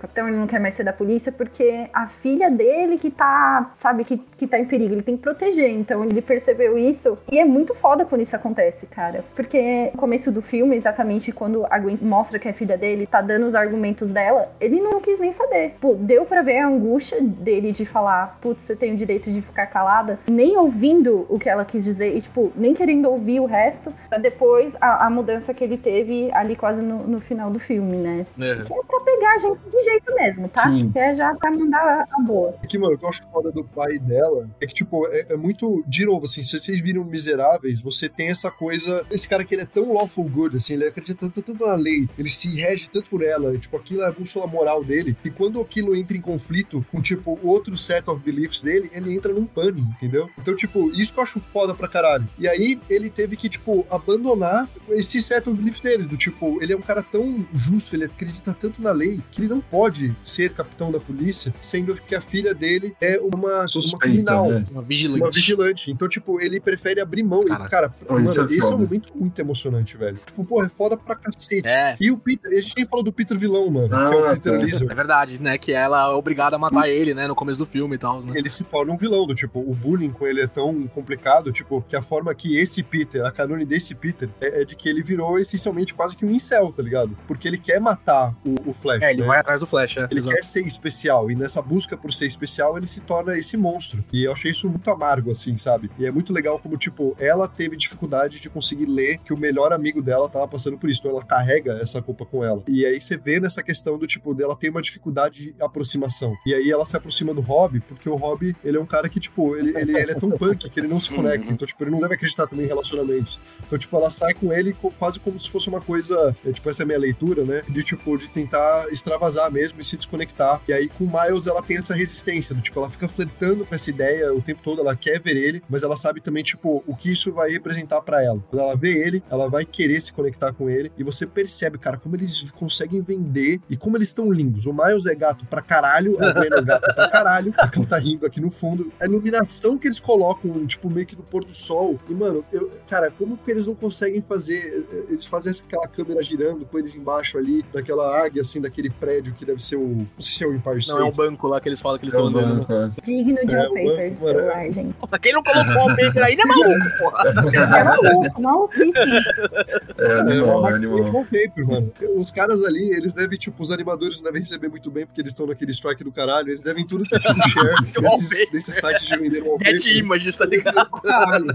capitão, ele não quer mais ser da polícia, porque a filha dele que tá, sabe, que tá em perigo, ele tem que proteger. Então ele percebeu isso, e é muito foda quando isso acontece, cara. Porque no começo do filme, exatamente quando a Gwen mostra que é filha dele, tá dando os argumentos dela, ele não quis nem saber. Pô, deu pra ver a angústia dele de falar, putz, você tem o direito de ficar calada, nem ouvindo o que ela quis dizer, e tipo, nem querendo ouvir o resto, pra depois a mudança que ele teve ali quase no final do filme, né? Que é pra pegar a gente de jeito mesmo, tá? Sim. Que é já pra mandar a boa. É que, mano, o que eu acho foda do pai dela é que, tipo, é muito, de novo, assim, se vocês viram Miseráveis, você tem essa coisa, esse cara que ele é tão lawful good, assim, ele acredita tanto na lei, ele se rege tanto por ela, tipo, aquilo é a bússola moral dele, e quando aquilo entra em conflito com, tipo, o outro set of beliefs dele, ele entra num pane, entendeu? Então, tipo, isso que eu acho foda pra caralho. E aí, ele teve que, tipo, abandonar esse set of beliefs dele, do tipo, ele é um cara tão justo, ele acredita tanto na lei, que ele não pode ser capitão da polícia, sendo que a filha dele é uma criminal. Né? Uma vigilante. Uma vigilante. Então, tipo, ele prefere abrir mão. Caraca. E, cara, Pô, mano, isso é esse é um foda. momento muito emocionante, velho. Tipo, pô, é foda pra cacete. É. E o Peter, a gente nem falou do Peter vilão, mano, que é o Peter tá. Lizard. É verdade, né? Que ela é obrigada a matar ele, né? No começo do filme e tal, né? Ele se torna um vilão, do tipo, o bullying com ele é tão complicado, tipo, que a forma que esse Peter, a canone desse Peter, é de que ele virou essencialmente quase que um incel, tá ligado? Porque ele quer matar o Flash, É, ele né? vai atrás do Flash, Ele exato. quer ser especial, e nessa busca por ser especial, ele se torna esse monstro. E eu achei isso muito amargo, assim, sabe? E é muito legal como, tipo, ela teve dificuldade de conseguir ler que o melhor amigo dela tava passando por isso. Então ela carrega essa culpa com ela. E aí você vê nessa questão do, tipo, dela ter uma dificuldade de aproximação. E aí ela se aproxima do Robbie, porque o Robbie, ele é um cara que, tipo, ele é tão punk que ele não se conecta. Então, tipo, ele não deve acreditar também em relacionamentos. Então, tipo, ela sai com ele quase como se fosse uma coisa, tipo, essa é a minha leitura, né? De, tipo, de tentar extravasar mesmo e se desconectar. E aí, com o Miles, ela tem essa resistência, do tipo, ela fica flertando com essa ideia o tempo todo, ela quer ver ele, mas ela sabe também, tipo, o que isso vai representar pra ela. Quando ela vê ele, ela vai querer se conectar com ele, e você percebe, cara, como eles conseguem vender e como eles estão lindos. O Miles é gato pra caralho, a Gwen é gata pra caralho, a Cal tá rindo aqui no fundo. A iluminação que eles colocam, tipo, meio que no pôr do sol, e, mano, cara, como que eles não conseguem fazer, eles fazem aquela câmera girando com eles embaixo ali, daquela águia, assim, daquele prédio que deve ser o, não sei se é o Empire State. Não, é um banco lá que eles falam que eles estão andando. Digno de wallpaper de mano, celular, gente. Quem não colocou wallpaper aí não é maluco, porra. É maluco, maluquíssimo. É animal, é máquina de animal. wallpaper, mano. Os caras ali, eles devem, tipo, os animadores não devem receber muito bem, porque eles estão naquele strike do caralho, eles devem tudo ter sido share desses sites de vender wallpaper. Get Images, tá ligado? Caralho.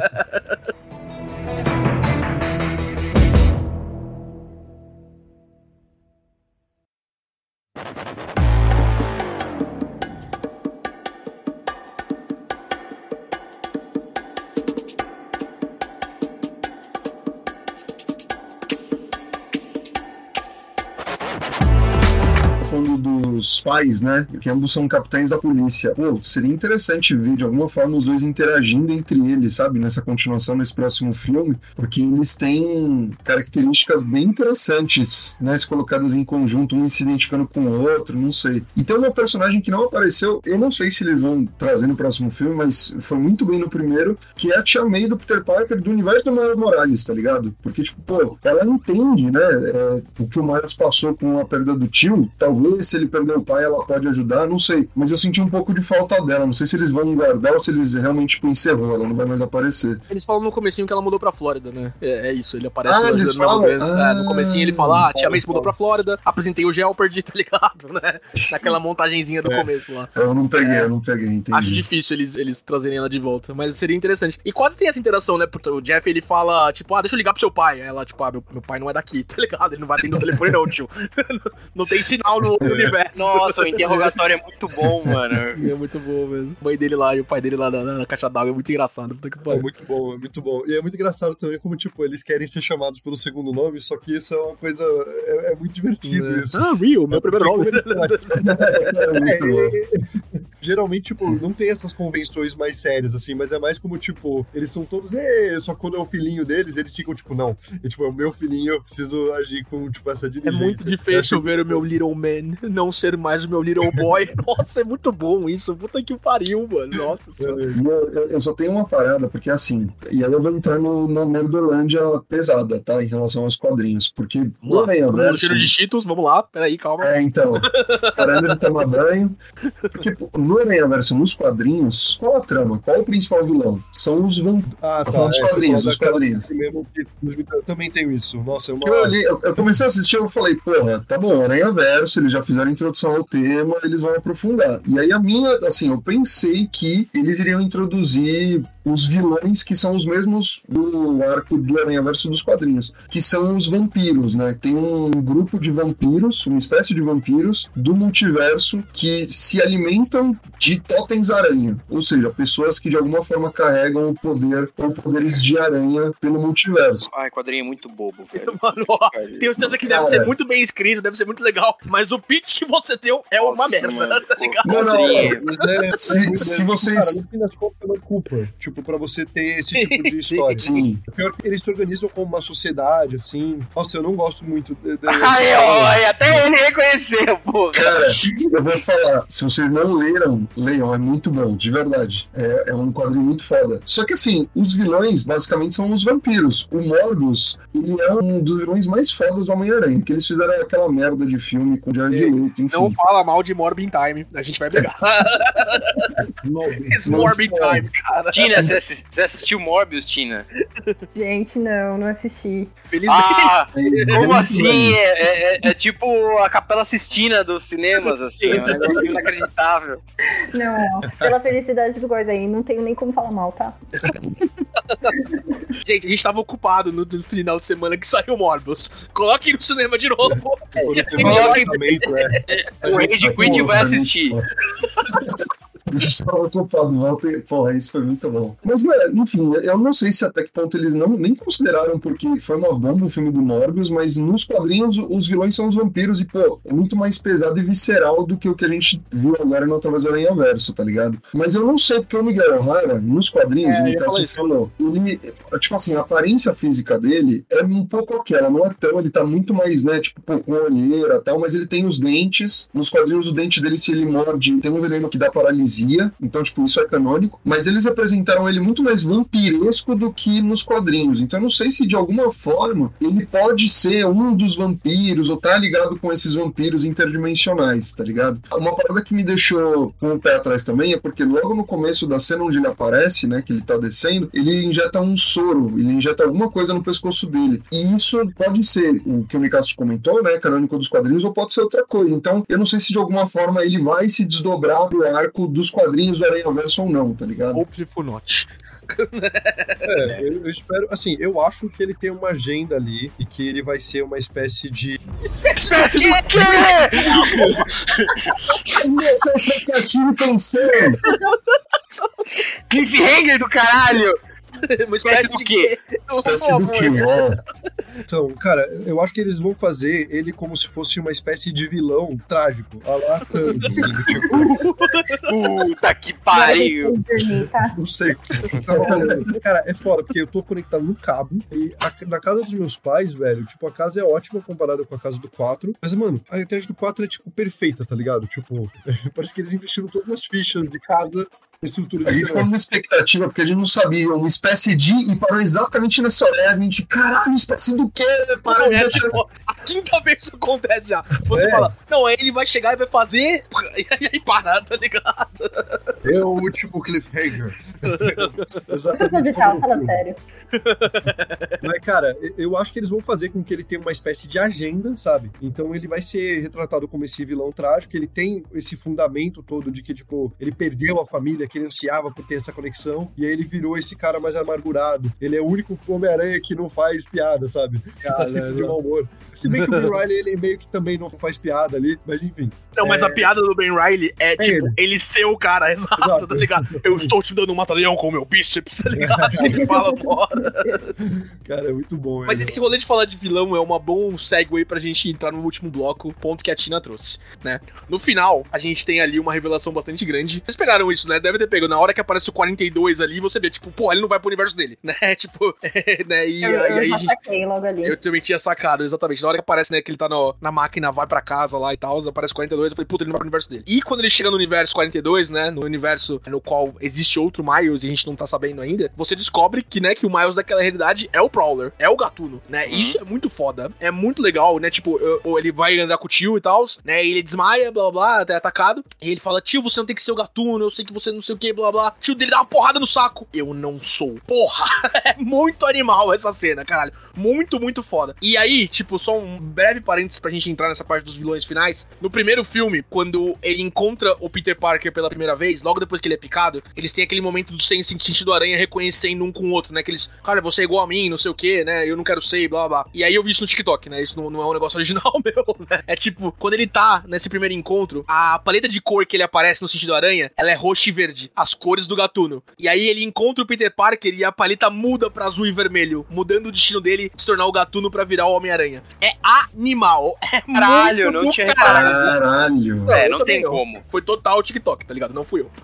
Falando dos pais, né? Que ambos são capitães da polícia. Pô, seria interessante ver de alguma forma os dois interagindo entre eles, sabe? Nessa continuação, nesse próximo filme, porque eles têm características bem interessantes, né? Se colocadas em conjunto, um se identificando com o outro, não sei. E tem uma personagem que não apareceu, eu não sei se eles vão trazer no próximo filme, mas foi muito bem no primeiro, que é a Tia May do Peter Parker do universo do Miles Morales, tá ligado? Porque, tipo, pô, ela entende, né? O que o Miles passou com a perda do tio, talvez se ele perder o pai, ela pode ajudar, não sei. Mas eu senti um pouco de falta dela. Não sei se eles vão guardar ou se eles realmente, tipo, encerrou. Ela não vai mais aparecer. Eles falam no comecinho que ela mudou pra Flórida, né? É isso, ele aparece lá eles ajudando falam? ela. No comecinho ele fala, Tia May mudou fala. pra Flórida, apresentei o Jeopardy, tá ligado, né? Naquela montagenzinha do começo lá. Eu não peguei, entendi. Acho difícil eles trazerem ela de volta, mas seria interessante. E quase tem essa interação, né? Porque o Jeff, ele fala, tipo, deixa eu ligar pro seu pai. Aí ela, tipo, meu pai não é daqui, tá ligado? Ele não vai atender o telefone não, tio. Não tem sinal no outro universo. Nossa, o interrogatório é muito bom, mano. É muito bom mesmo. A mãe dele lá e o pai dele lá na caixa d'água é muito engraçado. Puta que É pariu. muito bom, é muito bom. E é muito engraçado também como, tipo, eles querem ser chamados pelo segundo nome, só que isso é uma coisa... É muito divertido isso. Real, meu primeiro nome. É muito bom. geralmente, tipo, não tem essas convenções mais sérias, assim, mas é mais como, tipo, eles são todos, só quando é o filhinho deles, eles ficam, tipo, não, tipo, é o meu filhinho, eu preciso agir com, tipo, essa diligência. É muito difícil ver o meu little man não ser mais o meu little boy. Nossa, é muito bom isso. Puta que pariu, mano. Nossa senhora. Eu só tenho uma parada, porque assim, e aí eu vou entrar na Nerdolândia pesada, tá? Em relação aos quadrinhos, porque no Aranhaverso... Cheiro de Cheetos, vamos lá, peraí, calma. Então, parando de tomar banho, porque no Aranhaverso, nos quadrinhos, qual a trama? Qual o principal vilão? São os vampiros. Tô falando dos quadrinhos, dos quadrinhos. Mesmo que eu também tenho isso. Nossa, Eu comecei a assistir, eu falei, porra, tá bom, Aranhaverso, eles já fizeram a introdução ao tema, eles vão aprofundar. E aí a minha, assim, eu pensei que eles iriam introduzir os vilões que são os mesmos do arco do Aranhaverso dos quadrinhos, que são os vampiros, né? Tem um grupo de vampiros, uma espécie de vampiros do multiverso que se alimentam de totens aranha, ou seja, pessoas que de alguma forma carregam o poder ou poderes de aranha pelo multiverso. Ai, quadrinho é muito bobo, velho. Mano, ó, tenho certeza que deve ser muito bem escrito, deve ser muito legal, mas o pitch que você deu é uma merda, mano, tá ligado? Não, se vocês... Cara, no fim das contas, é uma culpa, tipo, pra você ter esse tipo de história. Sim. O pior é que eles se organizam como uma sociedade, assim. Nossa, eu não gosto muito Ai, até ele reconheceu, porra. Cara, eu vou falar, se vocês não leram, leiam, é muito bom, de verdade. É um quadrinho muito foda. Só que assim, os vilões basicamente são os vampiros. O Morbius, ele é um dos vilões mais fodas do Homem-Aranha, que eles fizeram aquela merda de filme com o Jared Leto, enfim. Não fala mal de Morbin Time, a gente vai brigar. It's Morbin Time, cara. Tina, você assistiu Morbius, Tina? Gente, não assisti. Felizmente. Como assim? É tipo a Capela Sistina dos cinemas, assim. É um negócio inacreditável. Não, pela felicidade do Góis aí, não tenho nem como falar mal, tá? Gente, a gente tava ocupado no final de semana que saiu o Morbius. Coloque no cinema de novo. O Rage Quit vai assistir. Estava ocupado, Walter. Porra, isso foi muito bom. Mas, mano, enfim, eu não sei se até que ponto eles nem consideraram, porque foi uma bomba o filme do Morbius, mas nos quadrinhos os vilões são os vampiros e, pô, é muito mais pesado e visceral do que o que a gente viu agora no Através do Aranhaverso, tá ligado? Mas eu não sei, porque o Miguel O'Hara, nos quadrinhos, o Miguel falou, ele, tipo assim, a aparência física dele é um pouco aquela, não é tão, ele tá muito mais, né, tipo, com olheira e tal, mas ele tem os dentes, nos quadrinhos o dente dele, se ele morde, tem um veneno que dá paralisia. Então, tipo, isso é canônico, mas eles apresentaram ele muito mais vampiresco do que nos quadrinhos, então eu não sei se de alguma forma ele pode ser um dos vampiros ou tá ligado com esses vampiros interdimensionais, tá ligado? Uma parada que me deixou com o pé atrás também é porque logo no começo da cena onde ele aparece, né, que ele tá descendo, ele injeta um soro, ele injeta alguma coisa no pescoço dele, e isso pode ser o que o Mikasu comentou, né, canônico dos quadrinhos, ou pode ser outra coisa, então eu não sei se de alguma forma ele vai se desdobrar do arco dos quadrinhos do Aranhaverso ou não, tá ligado? Hopefully not. Eu espero, assim, eu acho que ele tem uma agenda ali e que ele vai ser uma espécie de... Espécie do quê? Deixa essa expectativa pensando. Cliffhanger do caralho! Uma espécie do quê? Espécie do quê, ó? Então, cara, eu acho que eles vão fazer ele como se fosse uma espécie de vilão trágico. A lá, Puta que pariu! Não sei. Cara, é foda, porque eu tô conectado no cabo e na casa dos meus pais, velho, tipo, a casa é ótima comparada com a casa do 4, mas, mano, a internet do 4 é, tipo, perfeita, tá ligado? Tipo, parece que eles investiram todas as fichas de casa. A gente ficou numa expectativa, porque a gente não sabia, uma espécie de, e parou exatamente nessa hora, a gente, caralho, espécie do quê? Parou, a quinta vez que isso acontece já. Você fala, não, aí ele vai chegar e vai fazer, e aí para, tá ligado? É o último cliffhanger. Exatamente. Fala sério. Mas, cara, eu acho que eles vão fazer com que ele tenha uma espécie de agenda, sabe? Então ele vai ser retratado como esse vilão trágico, ele tem esse fundamento todo de que, tipo, ele perdeu a família que ele ansiava por ter essa conexão, e aí ele virou esse cara mais amargurado. Ele é o único Homem-Aranha que não faz piada, sabe? Que tá sempre de mau humor. Se bem que o Ben Reilly, ele meio que também não faz piada ali, mas enfim. Não, mas a piada do Ben Reilly é tipo, ele ser o cara, exato, tá ligado? Eu estou te dando um mata-leão com o meu bíceps, tá ligado? Ele fala fora. Cara, é muito bom. Mas esse rolê de falar de vilão é uma bom segue pra gente entrar no último bloco, ponto que a Tina trouxe, né? No final, a gente tem ali uma revelação bastante grande. Vocês pegaram isso, né? Deve ter pego. Na hora que aparece o 42 ali, você vê, tipo, pô, ele não vai pro universo dele, né? Tipo, né? E aí já saquei logo ali. Eu também tinha sacado, exatamente. Na hora que aparece, né, que ele tá na máquina, vai pra casa lá e tal, aparece 42, eu falei, puta, ele não vai pro universo dele. E quando ele chega no universo 42, né, no universo no qual existe outro Miles e a gente não tá sabendo ainda, você descobre que, né, que o Miles daquela realidade é o Prowler, é o Gatuno, né? Isso é muito foda, é muito legal, né? Tipo, ele vai andar com o tio e tal, né, e ele desmaia, blá, blá, blá, até atacado, e ele fala, tio, você não tem que ser o Gatuno, eu sei que você não sei o que, blá, blá. O tio dele dá uma porrada no saco. Eu não sou. Porra! É muito animal essa cena, caralho. Muito, muito foda. E aí, tipo, só um breve parênteses pra gente entrar nessa parte dos vilões finais. No primeiro filme, quando ele encontra o Peter Parker pela primeira vez, logo depois que ele é picado, eles têm aquele momento do sentido aranha reconhecendo um com o outro, né? Que eles, cara, você é igual a mim, não sei o que, né? Eu não quero ser, blá, blá. E aí eu vi isso no TikTok, né? Isso não é um negócio original meu, né? É tipo, quando ele tá nesse primeiro encontro, a paleta de cor que ele aparece no sentido aranha, ela é roxo e verde, as cores do Gatuno. E aí ele encontra o Peter Parker e a paleta muda pra azul e vermelho, mudando o destino dele de se tornar o Gatuno pra virar o Homem-Aranha. É animal. É caralho, não tinha reparado. Caralho. Não tem como. Foi total TikTok, tá ligado? Não fui eu.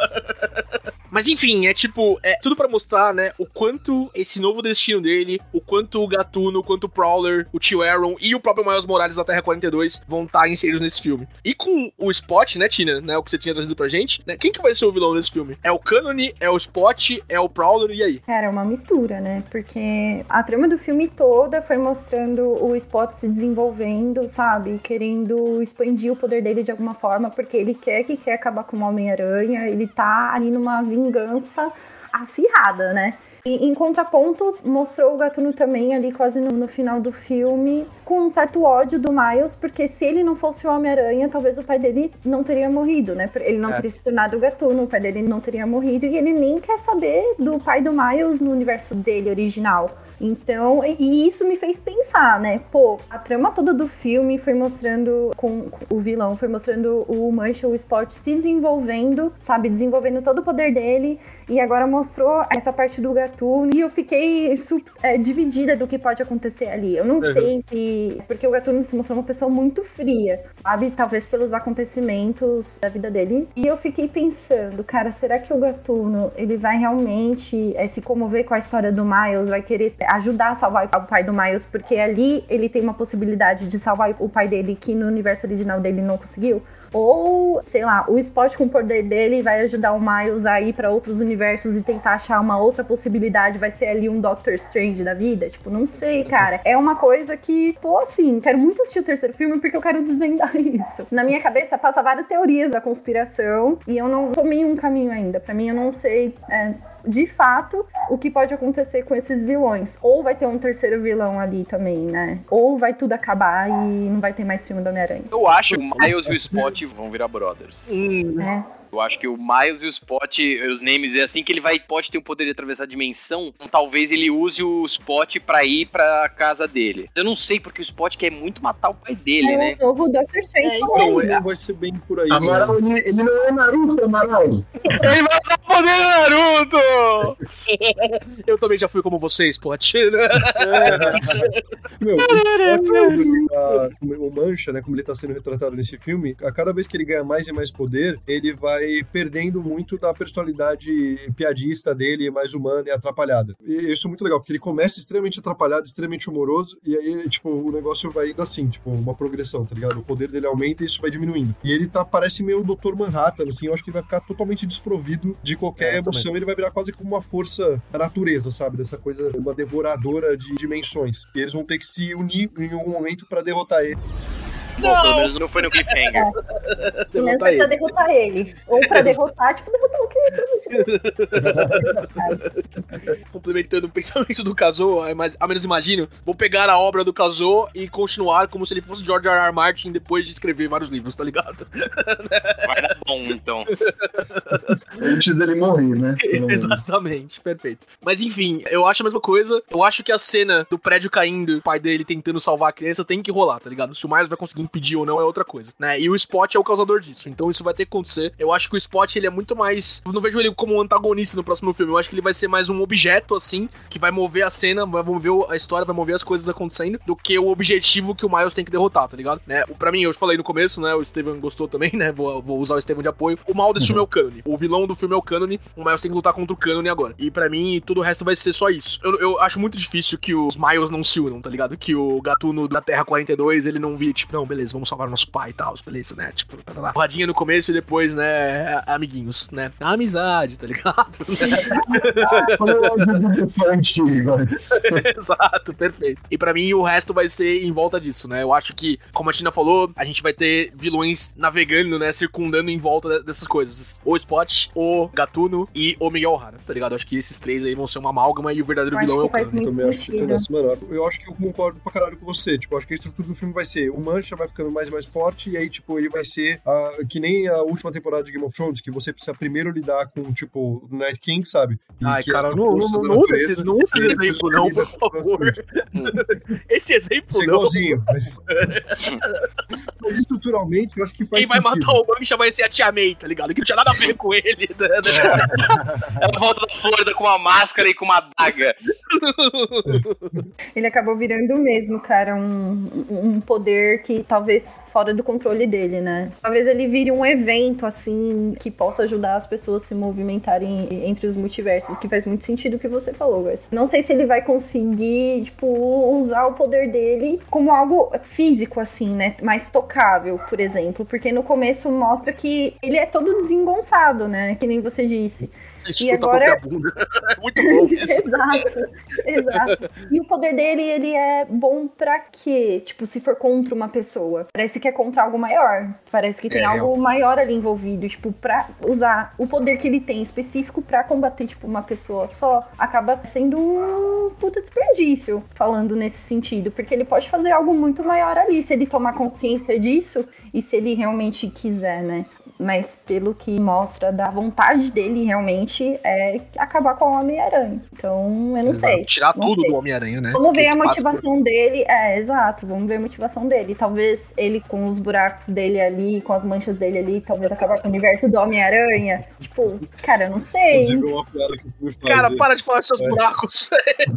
Mas enfim, é tipo, é tudo pra mostrar, né, o quanto esse novo destino dele, o quanto o Gatuno, o quanto o Prowler, o tio Aaron e o próprio Miles Morales da Terra 42 vão estar inseridos nesse filme. E com o Spot, né, Tina, né, o que você tinha trazido pra gente, né, quem que vai ser o vilão desse filme? É o Canone, é o Spot, é o Prowler, e aí? Cara, é uma mistura, né, porque a trama do filme toda foi mostrando o Spot se desenvolvendo, sabe, querendo expandir o poder dele de alguma forma, porque ele quer acabar com o Homem-Aranha, ele tá ali numa vingança acirrada, né? E, em contraponto, mostrou o Gatuno também ali quase no final do filme com um certo ódio do Miles, porque se ele não fosse o Homem-Aranha, talvez o pai dele não teria morrido, né? Ele não teria se tornado o Gatuno, o pai dele não teria morrido, e ele nem quer saber do pai do Miles no universo dele original. Então, e isso me fez pensar, né? Pô, a trama toda do filme foi mostrando, com o vilão, foi mostrando o Marshall, o Spot se desenvolvendo, sabe? Desenvolvendo todo o poder dele, e agora mostrou essa parte do Gatuno, e eu fiquei dividida do que pode acontecer ali. Eu não sei se... Porque o Gatuno se mostrou uma pessoa muito fria, sabe? Talvez pelos acontecimentos da vida dele. E eu fiquei pensando, cara, será que o Gatuno, ele vai realmente se comover com a história do Miles, vai querer ajudar a salvar o pai do Miles, porque ali ele tem uma possibilidade de salvar o pai dele que no universo original dele não conseguiu? Ou, sei lá, o Spot com o poder dele vai ajudar o Miles a ir pra outros universos e tentar achar uma outra possibilidade, vai ser ali um Doctor Strange da vida? Tipo, não sei, cara. É uma coisa que, tô assim, quero muito assistir o terceiro filme porque eu quero desvendar isso. Na minha cabeça passa várias teorias da conspiração e eu não tomei um caminho ainda. Pra mim, eu não sei... de fato, o que pode acontecer com esses vilões. Ou vai ter um terceiro vilão ali também, né? Ou vai tudo acabar e não vai ter mais filme do Homem-Aranha. Eu acho que o Miles e o Spot vão virar brothers. Eu acho que o Miles e o Spot, os names, é assim que ele pode ter o poder de atravessar a dimensão, então talvez ele use o Spot pra ir pra casa dele. Eu não sei, porque o Spot quer muito matar o pai dele, né? O novo Doctor Strange. Então, vai ser bem por aí. Amaral, ele não é Naruto, Amaral. Ele vai usar o poder do Naruto! Eu também já fui como você, Spot. Meu, o Mancha, né, como ele tá sendo retratado nesse filme, a cada vez que ele ganha mais e mais poder, ele vai perdendo muito da personalidade piadista dele, mais humana e atrapalhada. E isso é muito legal, porque ele começa extremamente atrapalhado, extremamente humoroso, e aí, tipo, o negócio vai indo assim, tipo, uma progressão, tá ligado? O poder dele aumenta e isso vai diminuindo. E ele parece meio o Dr. Manhattan, assim, eu acho que ele vai ficar totalmente desprovido de qualquer emoção, ele vai virar quase como uma força da natureza, sabe? Dessa coisa, uma devoradora de dimensões. E eles vão ter que se unir em algum momento pra derrotar ele. Bom, pelo menos não foi no cliffhanger. Pelo menos foi pra derrotar ele. Ou pra derrotar, tipo, derrotar o quê? Complementando o pensamento do Kazuo, a menos imagino, vou pegar a obra do Kazuo e continuar como se ele fosse George R. R. Martin depois de escrever vários livros, tá ligado? Vai dar bom, então. Antes dele morrer, né? Exatamente, perfeito. Mas enfim, eu acho a mesma coisa. Eu acho que a cena do prédio caindo, o pai dele tentando salvar a criança, tem que rolar, tá ligado? Se o Miles vai conseguir impedir ou não é outra coisa, né? E o Spot é o causador disso, então isso vai ter que acontecer. Eu acho que o Spot, ele é muito mais... Eu não vejo ele como um antagonista no próximo filme, eu acho que ele vai ser mais um objeto, assim, que vai mover a cena, vai mover a história, vai mover as coisas acontecendo, do que o objetivo que o Miles tem que derrotar, tá ligado? Né? Pra mim, eu falei no começo, né? O Steven gostou também, né? Vou usar o Steven de apoio. O mal desse filme é o Cânone. O vilão do filme é o Cânone, o Miles tem que lutar contra o Cânone agora. E pra mim, tudo o resto vai ser só isso. Eu acho muito difícil que os Miles não se unam, tá ligado? Que o Gatuno da Terra 42, ele não via, tipo, não, beleza, vamos salvar o nosso pai e tal, beleza, né? Tipo, tá lá. Porradinha no começo e depois, né, amiguinhos, né? A amizade, tá ligado? Exato, perfeito. E pra mim, o resto vai ser em volta disso, né? Eu acho que, como a Tina falou, a gente vai ter vilões navegando, né, circundando em volta dessas coisas. O Spot, o Gatuno e o Miguel O'Hara, tá ligado? Eu acho que esses três aí vão ser uma amálgama e o verdadeiro vilão é o Cânone. Eu também acho que começa, mano. Eu acho que eu concordo pra caralho com você. Tipo, acho que a estrutura do filme vai ser o Mancha vai ficando mais e mais forte, e aí, tipo, ele vai ser que nem a última temporada de Game of Thrones, que você precisa primeiro lidar com, tipo, o Night King, sabe? Ai, cara, não usa esse exemplo, não, por favor. Esse exemplo, não. Igualzinho. Mas estruturalmente, eu acho que faz Quem vai sentido. matar o Mancha vai ser a Tia May, tá ligado? Que não tinha nada a ver com ele. Ela volta da Flórida com uma máscara e com uma adaga. Ele acabou virando mesmo, cara, um poder que talvez fora do controle dele, né? Talvez ele vire um evento, assim, que possa ajudar as pessoas a se movimentarem entre os multiversos, que faz muito sentido o que você falou, Garcia. Não sei se ele vai conseguir, tipo, usar o poder dele como algo físico, assim, né? Mais tocável, por exemplo, porque no começo mostra que ele é todo desengonçado, né? Que nem você disse. E agora... É muito bom isso. Exato. E o poder dele, ele é bom pra quê? Tipo, se for contra uma pessoa. Parece que é contra algo maior. Parece que tem algo maior ali envolvido. Tipo, pra usar o poder que ele tem específico pra combater, tipo, uma pessoa só, acaba sendo um puta desperdício, falando nesse sentido. Porque ele pode fazer algo muito maior ali, se ele tomar consciência disso e se ele realmente quiser, né? Mas pelo que mostra da vontade dele realmente é acabar com o Homem-Aranha. Então, eu não sei. Tirar não tudo sei. do Homem-Aranha, né? Vamos ver a motivação dele. Exato. Vamos ver a motivação dele. Talvez ele com os buracos dele ali, com as manchas dele ali, talvez acabar com o universo do Homem-Aranha. Tipo, cara, eu não sei. Inclusive, uma piada que o filme faz. Cara, para de falar de seus buracos.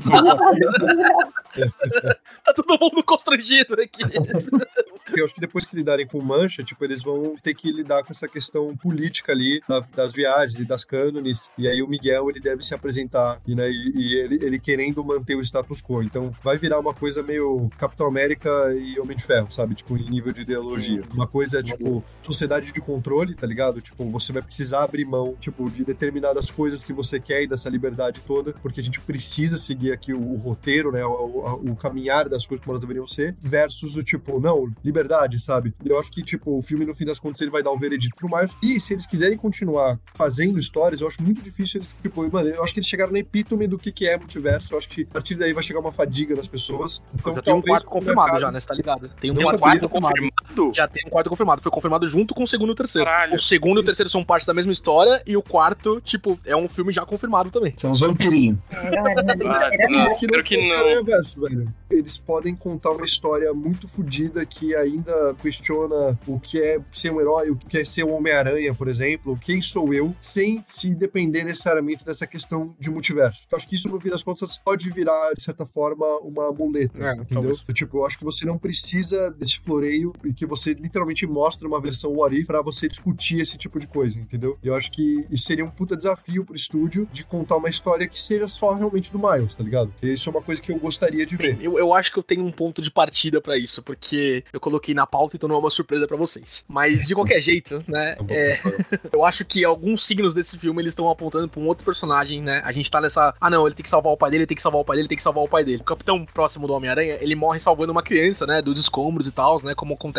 Tá todo mundo constrangido aqui. Eu acho que depois que lidarem com Mancha, tipo, eles vão ter que lidar com essa questão política ali, das viagens e das cânones, e aí o Miguel, ele deve se apresentar, e, né, ele querendo manter o status quo. Então, vai virar uma coisa meio Capitão América e Homem de Ferro, sabe? Tipo, em nível de ideologia. Uma coisa é, tipo, sociedade de controle, tá ligado? Tipo, você vai precisar abrir mão, tipo, de determinadas coisas que você quer e dessa liberdade toda, porque a gente precisa seguir aqui o roteiro, né? O caminhar das coisas como elas deveriam ser, versus o tipo, não, liberdade, sabe? Eu acho que, tipo, o filme, no fim das contas, ele vai dar um veredito pro Miles. E se eles quiserem continuar fazendo histórias, eu acho muito difícil eles, tipo, mano, eu acho que eles chegaram na epítome do que é multiverso. Eu acho que a partir daí vai chegar uma fadiga nas pessoas. Então, já tem um quarto confirmado já, né? Você tá ligado? Tem um quarto confirmado. Já tem um quarto confirmado. Foi confirmado junto com o segundo e o terceiro. Caralho. O segundo e o terceiro são parte da mesma história e o quarto, tipo, é um filme já confirmado também. São os vampirinhos. Galera, não é brincadeira, não. Espero que não. Aranha-Verso, velho. Eles podem contar uma história muito fodida que ainda questiona o que é ser um herói, o que é ser um Homem-Aranha, por exemplo, quem sou eu, sem se depender necessariamente dessa questão de multiverso. Eu acho que isso, no fim das contas, pode virar, de certa forma, uma muleta, entendeu? Talvez. Tipo, eu acho que você não precisa desse floreio e que você literalmente mostra uma versão what if pra você discutir esse tipo de coisa, entendeu? E eu acho que isso seria um puta desafio pro estúdio de contar uma história que seja só realmente do Miles, tá ligado? E isso é uma coisa que eu gostaria de ver. Eu acho que eu tenho um ponto de partida pra isso, porque eu coloquei na pauta, então não é uma surpresa pra vocês. Mas, de qualquer jeito, né, eu acho que alguns signos desse filme, eles estão apontando pra um outro personagem, né? A gente tá nessa, não, ele tem que salvar o pai dele, ele tem que salvar o pai dele, ele tem que salvar o pai dele. O capitão próximo do Homem-Aranha, ele morre salvando uma criança, né, dos escombros e tal, né, como acontece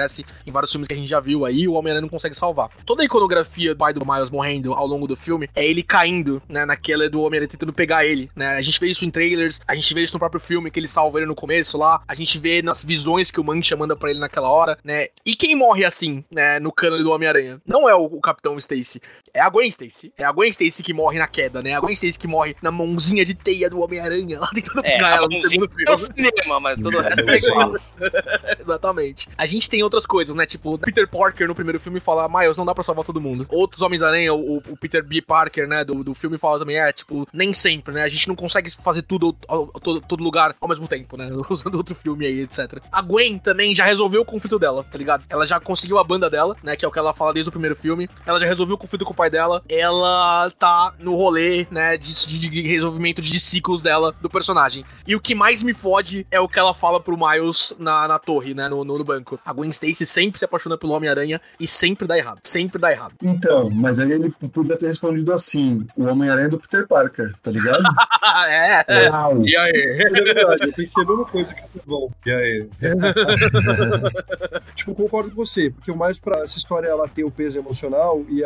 acontece em vários filmes que a gente já viu aí, o Homem-Aranha não consegue salvar. Toda a iconografia do pai do Miles morrendo ao longo do filme é ele caindo, né, naquela do Homem-Aranha tentando pegar ele, né? A gente vê isso em trailers, a gente vê isso no próprio filme, que ele salva ele no começo lá, a gente vê nas visões que o Mancha manda pra ele naquela hora, né? E quem morre assim, né, no cânone do Homem-Aranha? Não é o Capitão Stacy, é a Gwen Stacy. É a Gwen Stacy que morre na queda, né? A Gwen Stacy que morre na mãozinha de teia do Homem-Aranha, lá tentando pegar ela no segundo filme. É o cinema, mas todo o resto é igual. Exatamente. A gente tem outras coisas, né? Tipo, Peter Parker no primeiro filme fala, Miles, não dá pra salvar todo mundo. Outros Homens-Aranha, o Peter B. Parker, né, do filme fala também, tipo, nem sempre, né? A gente não consegue fazer tudo, todo lugar ao mesmo tempo, né? Usando outro filme aí, etc. A Gwen também já resolveu o conflito dela, tá ligado? Ela já conseguiu a banda dela, né? Que é o que ela fala desde o primeiro filme. Ela já resolveu o conflito com o pai dela. Ela tá no rolê, né? De resolvimento de ciclos dela, do personagem. E o que mais me fode é o que ela fala pro Miles na torre, né? No banco. A Gwen Stacy sempre se apaixona pelo Homem-Aranha e sempre dá errado. Sempre dá errado. Então, mas aí ele podia ter respondido assim: o Homem-Aranha do Peter Parker, tá ligado? Uau. E aí? Mas é verdade, eu pensei a mesma coisa que o bom. E aí? Tipo, concordo com você, porque o mais pra essa história ela ter o peso emocional e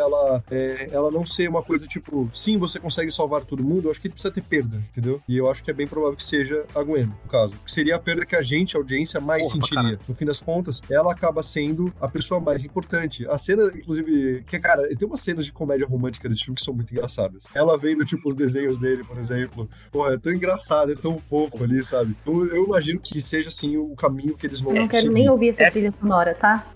ela não ser uma coisa tipo, sim, você consegue salvar todo mundo, eu acho que ele precisa ter perda, entendeu? E eu acho que é bem provável que seja a Gwen, no caso. Que seria a perda que a gente, a audiência, mais sentiria. No fim das contas, ela acaba sendo a pessoa mais importante. A cena, inclusive, que, cara, tem umas cenas de comédia romântica desse filme que são muito engraçadas. Ela vendo, tipo, os desenhos dele, por exemplo. Pô, é tão engraçado, é tão fofo ali, sabe? Eu imagino que seja, assim, o caminho que eles vão Eu não quero nem ouvir essa trilha sonora, tá?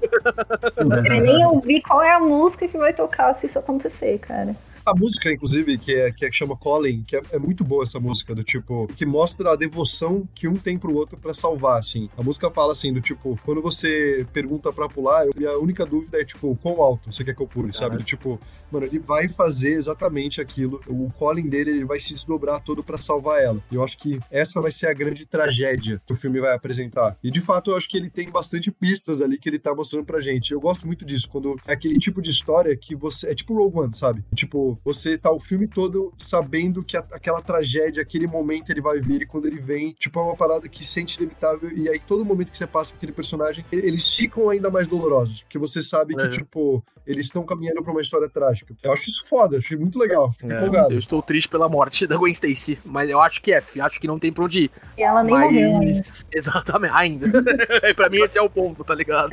Eu não quero nem ouvir qual é a música que vai tocar se isso acontecer, cara. A música, inclusive, que chama Colin, que é muito boa essa música, do tipo, que mostra a devoção que um tem pro outro pra salvar, assim. A música fala assim, do tipo, quando você pergunta pra pular, a única dúvida é, tipo, quão alto você quer que eu pule, sabe? Do tipo, mano, ele vai fazer exatamente aquilo. O Colin dele, ele vai se desdobrar todo pra salvar ela. E eu acho que essa vai ser a grande tragédia que o filme vai apresentar. E, de fato, eu acho que ele tem bastante pistas ali que ele tá mostrando pra gente. Eu gosto muito disso, quando é aquele tipo de história que você... É tipo Rogue One, sabe? Tipo, você tá o filme todo sabendo que aquela tragédia, aquele momento ele vai vir, e quando ele vem, tipo, é uma parada que se sente inevitável, e aí todo momento que você passa com aquele personagem, eles ficam ainda mais dolorosos, porque você sabe que, tipo, eles estão caminhando pra uma história trágica. Eu acho isso foda, achei muito legal, fiquei empolgado. Eu estou triste pela morte da Gwen Stacy, mas eu acho que acho que não tem pra onde ir. E ela nem morreu ainda. Exatamente, ainda. Pra mim esse é o ponto, tá ligado?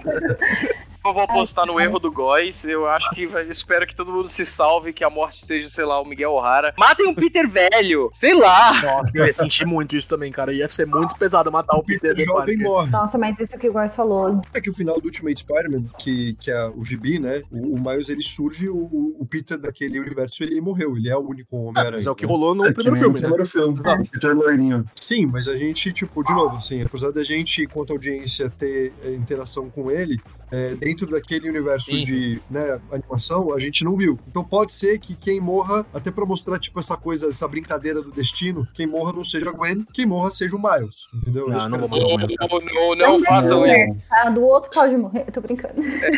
Eu vou apostar no erro do Góis. Eu acho que espero que todo mundo se salve, que a morte seja, sei lá, o Miguel O'Hara. Matem o Peter velho, sei lá. Nossa, eu ia sentir muito isso também, cara. Ia ser muito pesado matar o Peter jovem morre. Nossa, mas isso que o Góis falou. É que o final do Ultimate Spider-Man, que é o gibi, né? O Miles, ele surge, o Peter daquele universo, ele morreu. Ele é o único Homem-Aranha. Mas é o que rolou no primeiro filme, né? Primeiro filme, Peter loirinho. Sim, mas a gente, tipo, de novo, assim, apesar da gente, enquanto audiência, ter interação com ele, dentro daquele universo de, né, animação, a gente não viu. Então pode ser que quem morra, até pra mostrar, tipo, essa coisa, essa brincadeira do destino, quem morra não seja a Gwen, quem morra seja o Miles, entendeu? Não façam isso. Ah, do outro pode morrer, eu tô brincando.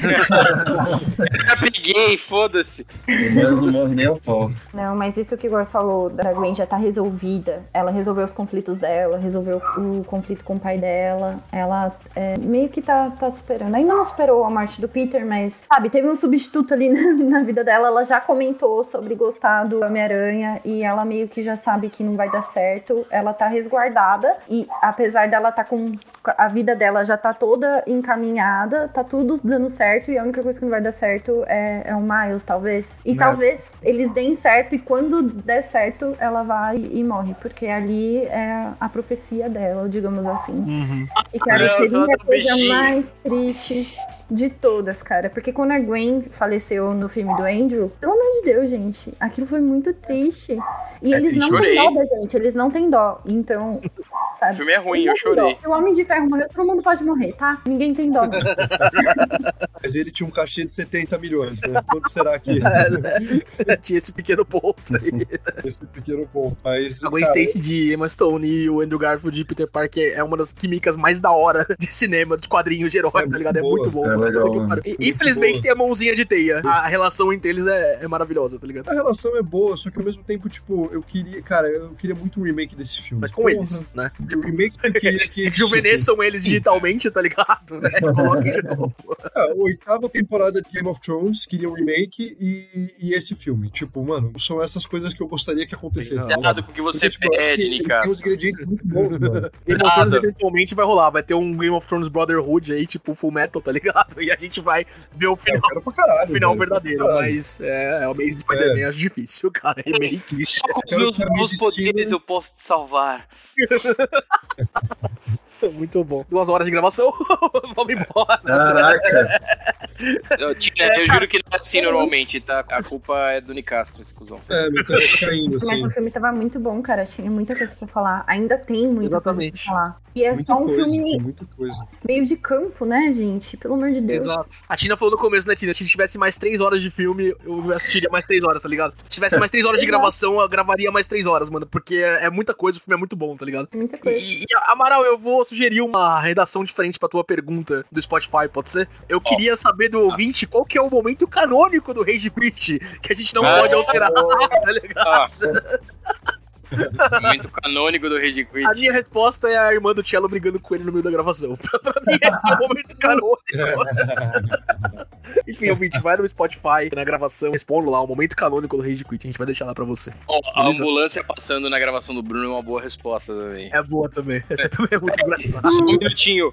Já peguei, foda-se. Mas não morre nem a pau. Não, mas isso que o Góis falou da Gwen já tá resolvida. Ela resolveu os conflitos dela, resolveu o conflito com o pai dela. Ela meio que tá superando. Ainda não superou a morte do Peter, mas, sabe, teve um substituto ali na vida dela. Ela já comentou sobre gostar do Homem-Aranha e ela meio que já sabe que não vai dar certo. Ela tá resguardada e, apesar dela tá com... A vida dela já tá toda encaminhada, tá tudo dando certo e a única coisa que não vai dar certo é o Miles, talvez. E talvez eles deem certo e quando der certo, ela vai e morre, porque ali é a profecia dela, digamos assim. Uhum. E, cara, seria a coisa mais triste de todas, cara, porque quando a Gwen faleceu no filme do Andrew, pelo amor de Deus, gente, aquilo foi muito triste. E eles não têm dó da gente, eles não têm dó, então... Sabe? O filme é ruim, eu chorei. Se o Homem de Ferro morreu, todo mundo pode morrer, tá? Ninguém tem dó. Mas ele tinha um cachê de 70 milhões, né? Quanto será que... Tinha esse pequeno ponto aí. Esse pequeno ponto. Mas, a Gwen Stacy de Emma Stone e o Andrew Garfield de Peter Parker é uma das químicas mais da hora de cinema, dos quadrinhos de herói, tá ligado? É muito bom. É legal, mano. Infelizmente tem a mãozinha de teia. A relação entre eles é maravilhosa, tá ligado? A relação é boa, só que ao mesmo tempo, tipo, eu queria muito um remake desse filme. Mas com eles, né? O remake eu queria que Rejuvenesçam eles digitalmente, tá ligado? Né? Coloquem de novo. A 8ª temporada de Game of Thrones queria um remake e esse filme. Tipo, mano, são essas coisas que eu gostaria que acontecessem. Cuidado com o que você pede, Nicasso. Tem uns ingredientes muito bons, mano. Game of Thrones eventualmente vai rolar. Vai ter um Game of Thrones Brotherhood aí, tipo Full Metal, tá ligado? E a gente vai ver o final, Eu quero pra caralho, o final velho, verdadeiro. pra caralho. Mas o mês de Spider-Man acho difícil, cara. Remake. Só com os Quero meus que a novos medicina- poderes eu posso te salvar. Muito bom. 2 horas de gravação. Vamos embora. Caraca. Eu juro que não é assim normalmente, tá? A culpa é do Nicastro, esse cuzão. Mas tá caindo, Mas assim. o filme tava muito bom, cara. Tinha muita coisa pra falar. Ainda tem muita Exatamente. coisa pra falar. E é Muita só um coisa, filme tem muita coisa. meio de campo, né, gente? Pelo amor de Deus. Exato. A Tina falou no começo, né, Tina? Se tivesse mais 3 horas de filme, eu assistiria mais 3 horas, tá ligado? Se tivesse mais 3 horas de gravação, eu gravaria mais 3 horas, mano. Porque é muita coisa, o filme é muito bom, tá ligado? Muita coisa. E Amaral, eu vou sugerir uma redação diferente pra tua pergunta do Spotify, pode ser? Eu queria saber do ouvinte qual que é o momento canônico do Rage Quit, que a gente não pode alterar, tá ligado? Momento canônico do Rage Quit. A minha resposta é a irmã do Cello brigando com ele no meio da gravação. Pra mim, é o momento canônico. Enfim, ouvinte, vai no Spotify, na gravação, responda lá o momento canônico do Rage Quit. A gente vai deixar lá pra você. Ó, a Beleza? ambulância passando na gravação do Bruno é uma boa resposta também. É boa também. Essa também é muito engraçada. Só um minutinho.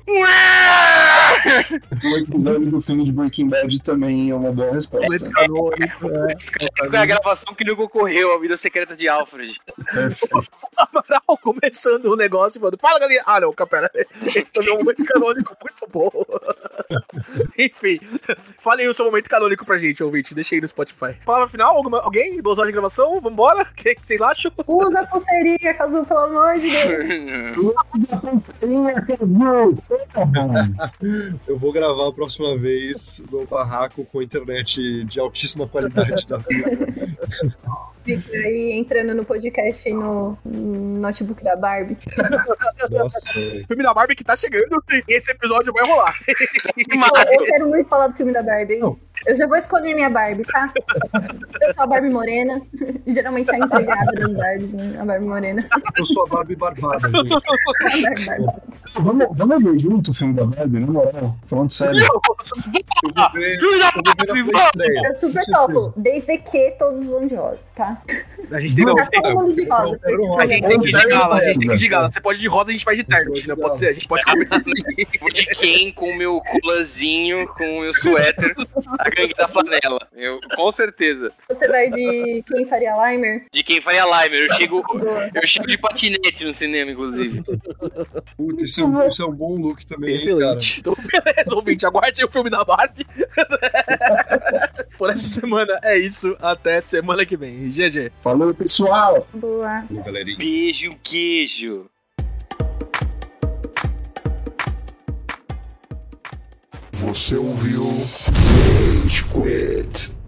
O episódio do filme de Breaking Bad também é uma boa resposta. Momento canônico, Foi a gravação que nunca ocorreu, a vida secreta de Alfred. Amaral começando o negócio e falando, fala, galera. Ah, não, capera. Esse também é um momento canônico muito bom. Enfim, fale aí o seu momento canônico pra gente, ouvinte. Deixa aí no Spotify. Palavra final? Alguém? 2 horas de gravação? Vambora? O que vocês acham? Usa a pulseirinha, Cazu, pelo amor de Deus. Eu vou gravar a próxima vez no barraco com internet de altíssima qualidade da vida. Fica aí entrando no podcast no notebook da Barbie. Nossa. O filme da Barbie que tá chegando e esse episódio vai rolar. Eu quero muito falar do filme da Barbie, hein? Eu já vou escolher minha Barbie, tá? Eu sou a Barbie morena. Geralmente é a empregada das Barbies, né? A Barbie morena. Eu sou a Barbie barbada, gente. A Barbie. Vamos ver junto o filme da Barbie, na moral. Falando sério. Eu vou ver na pré-estreia. Eu super topo, desde que todos vão de rosa, tá? A gente tem, não, Tá todo mundo de rosa. a gente tem que ir de gala, a gente tem que ir de gala. Você pode ir de rosa, a gente vai de terno, Tina. Pode ser? A gente pode combinar assim. Vou de Ken com o meu colanzinho, com o meu suéter, a gangue da flanela. Com certeza. Você vai de quem faria Limer? De quem faria Limer. Eu chego de patinete no cinema, inclusive. Puta, isso é um bom look também, hein, Excelente. Então, beleza, ouvinte. Aguarde o filme da Barbie. Por essa semana é isso. Até semana que vem. GG. Falou, pessoal! Boa. cara. Galerinha. Beijo, queijo. Você ouviu Rage Quit.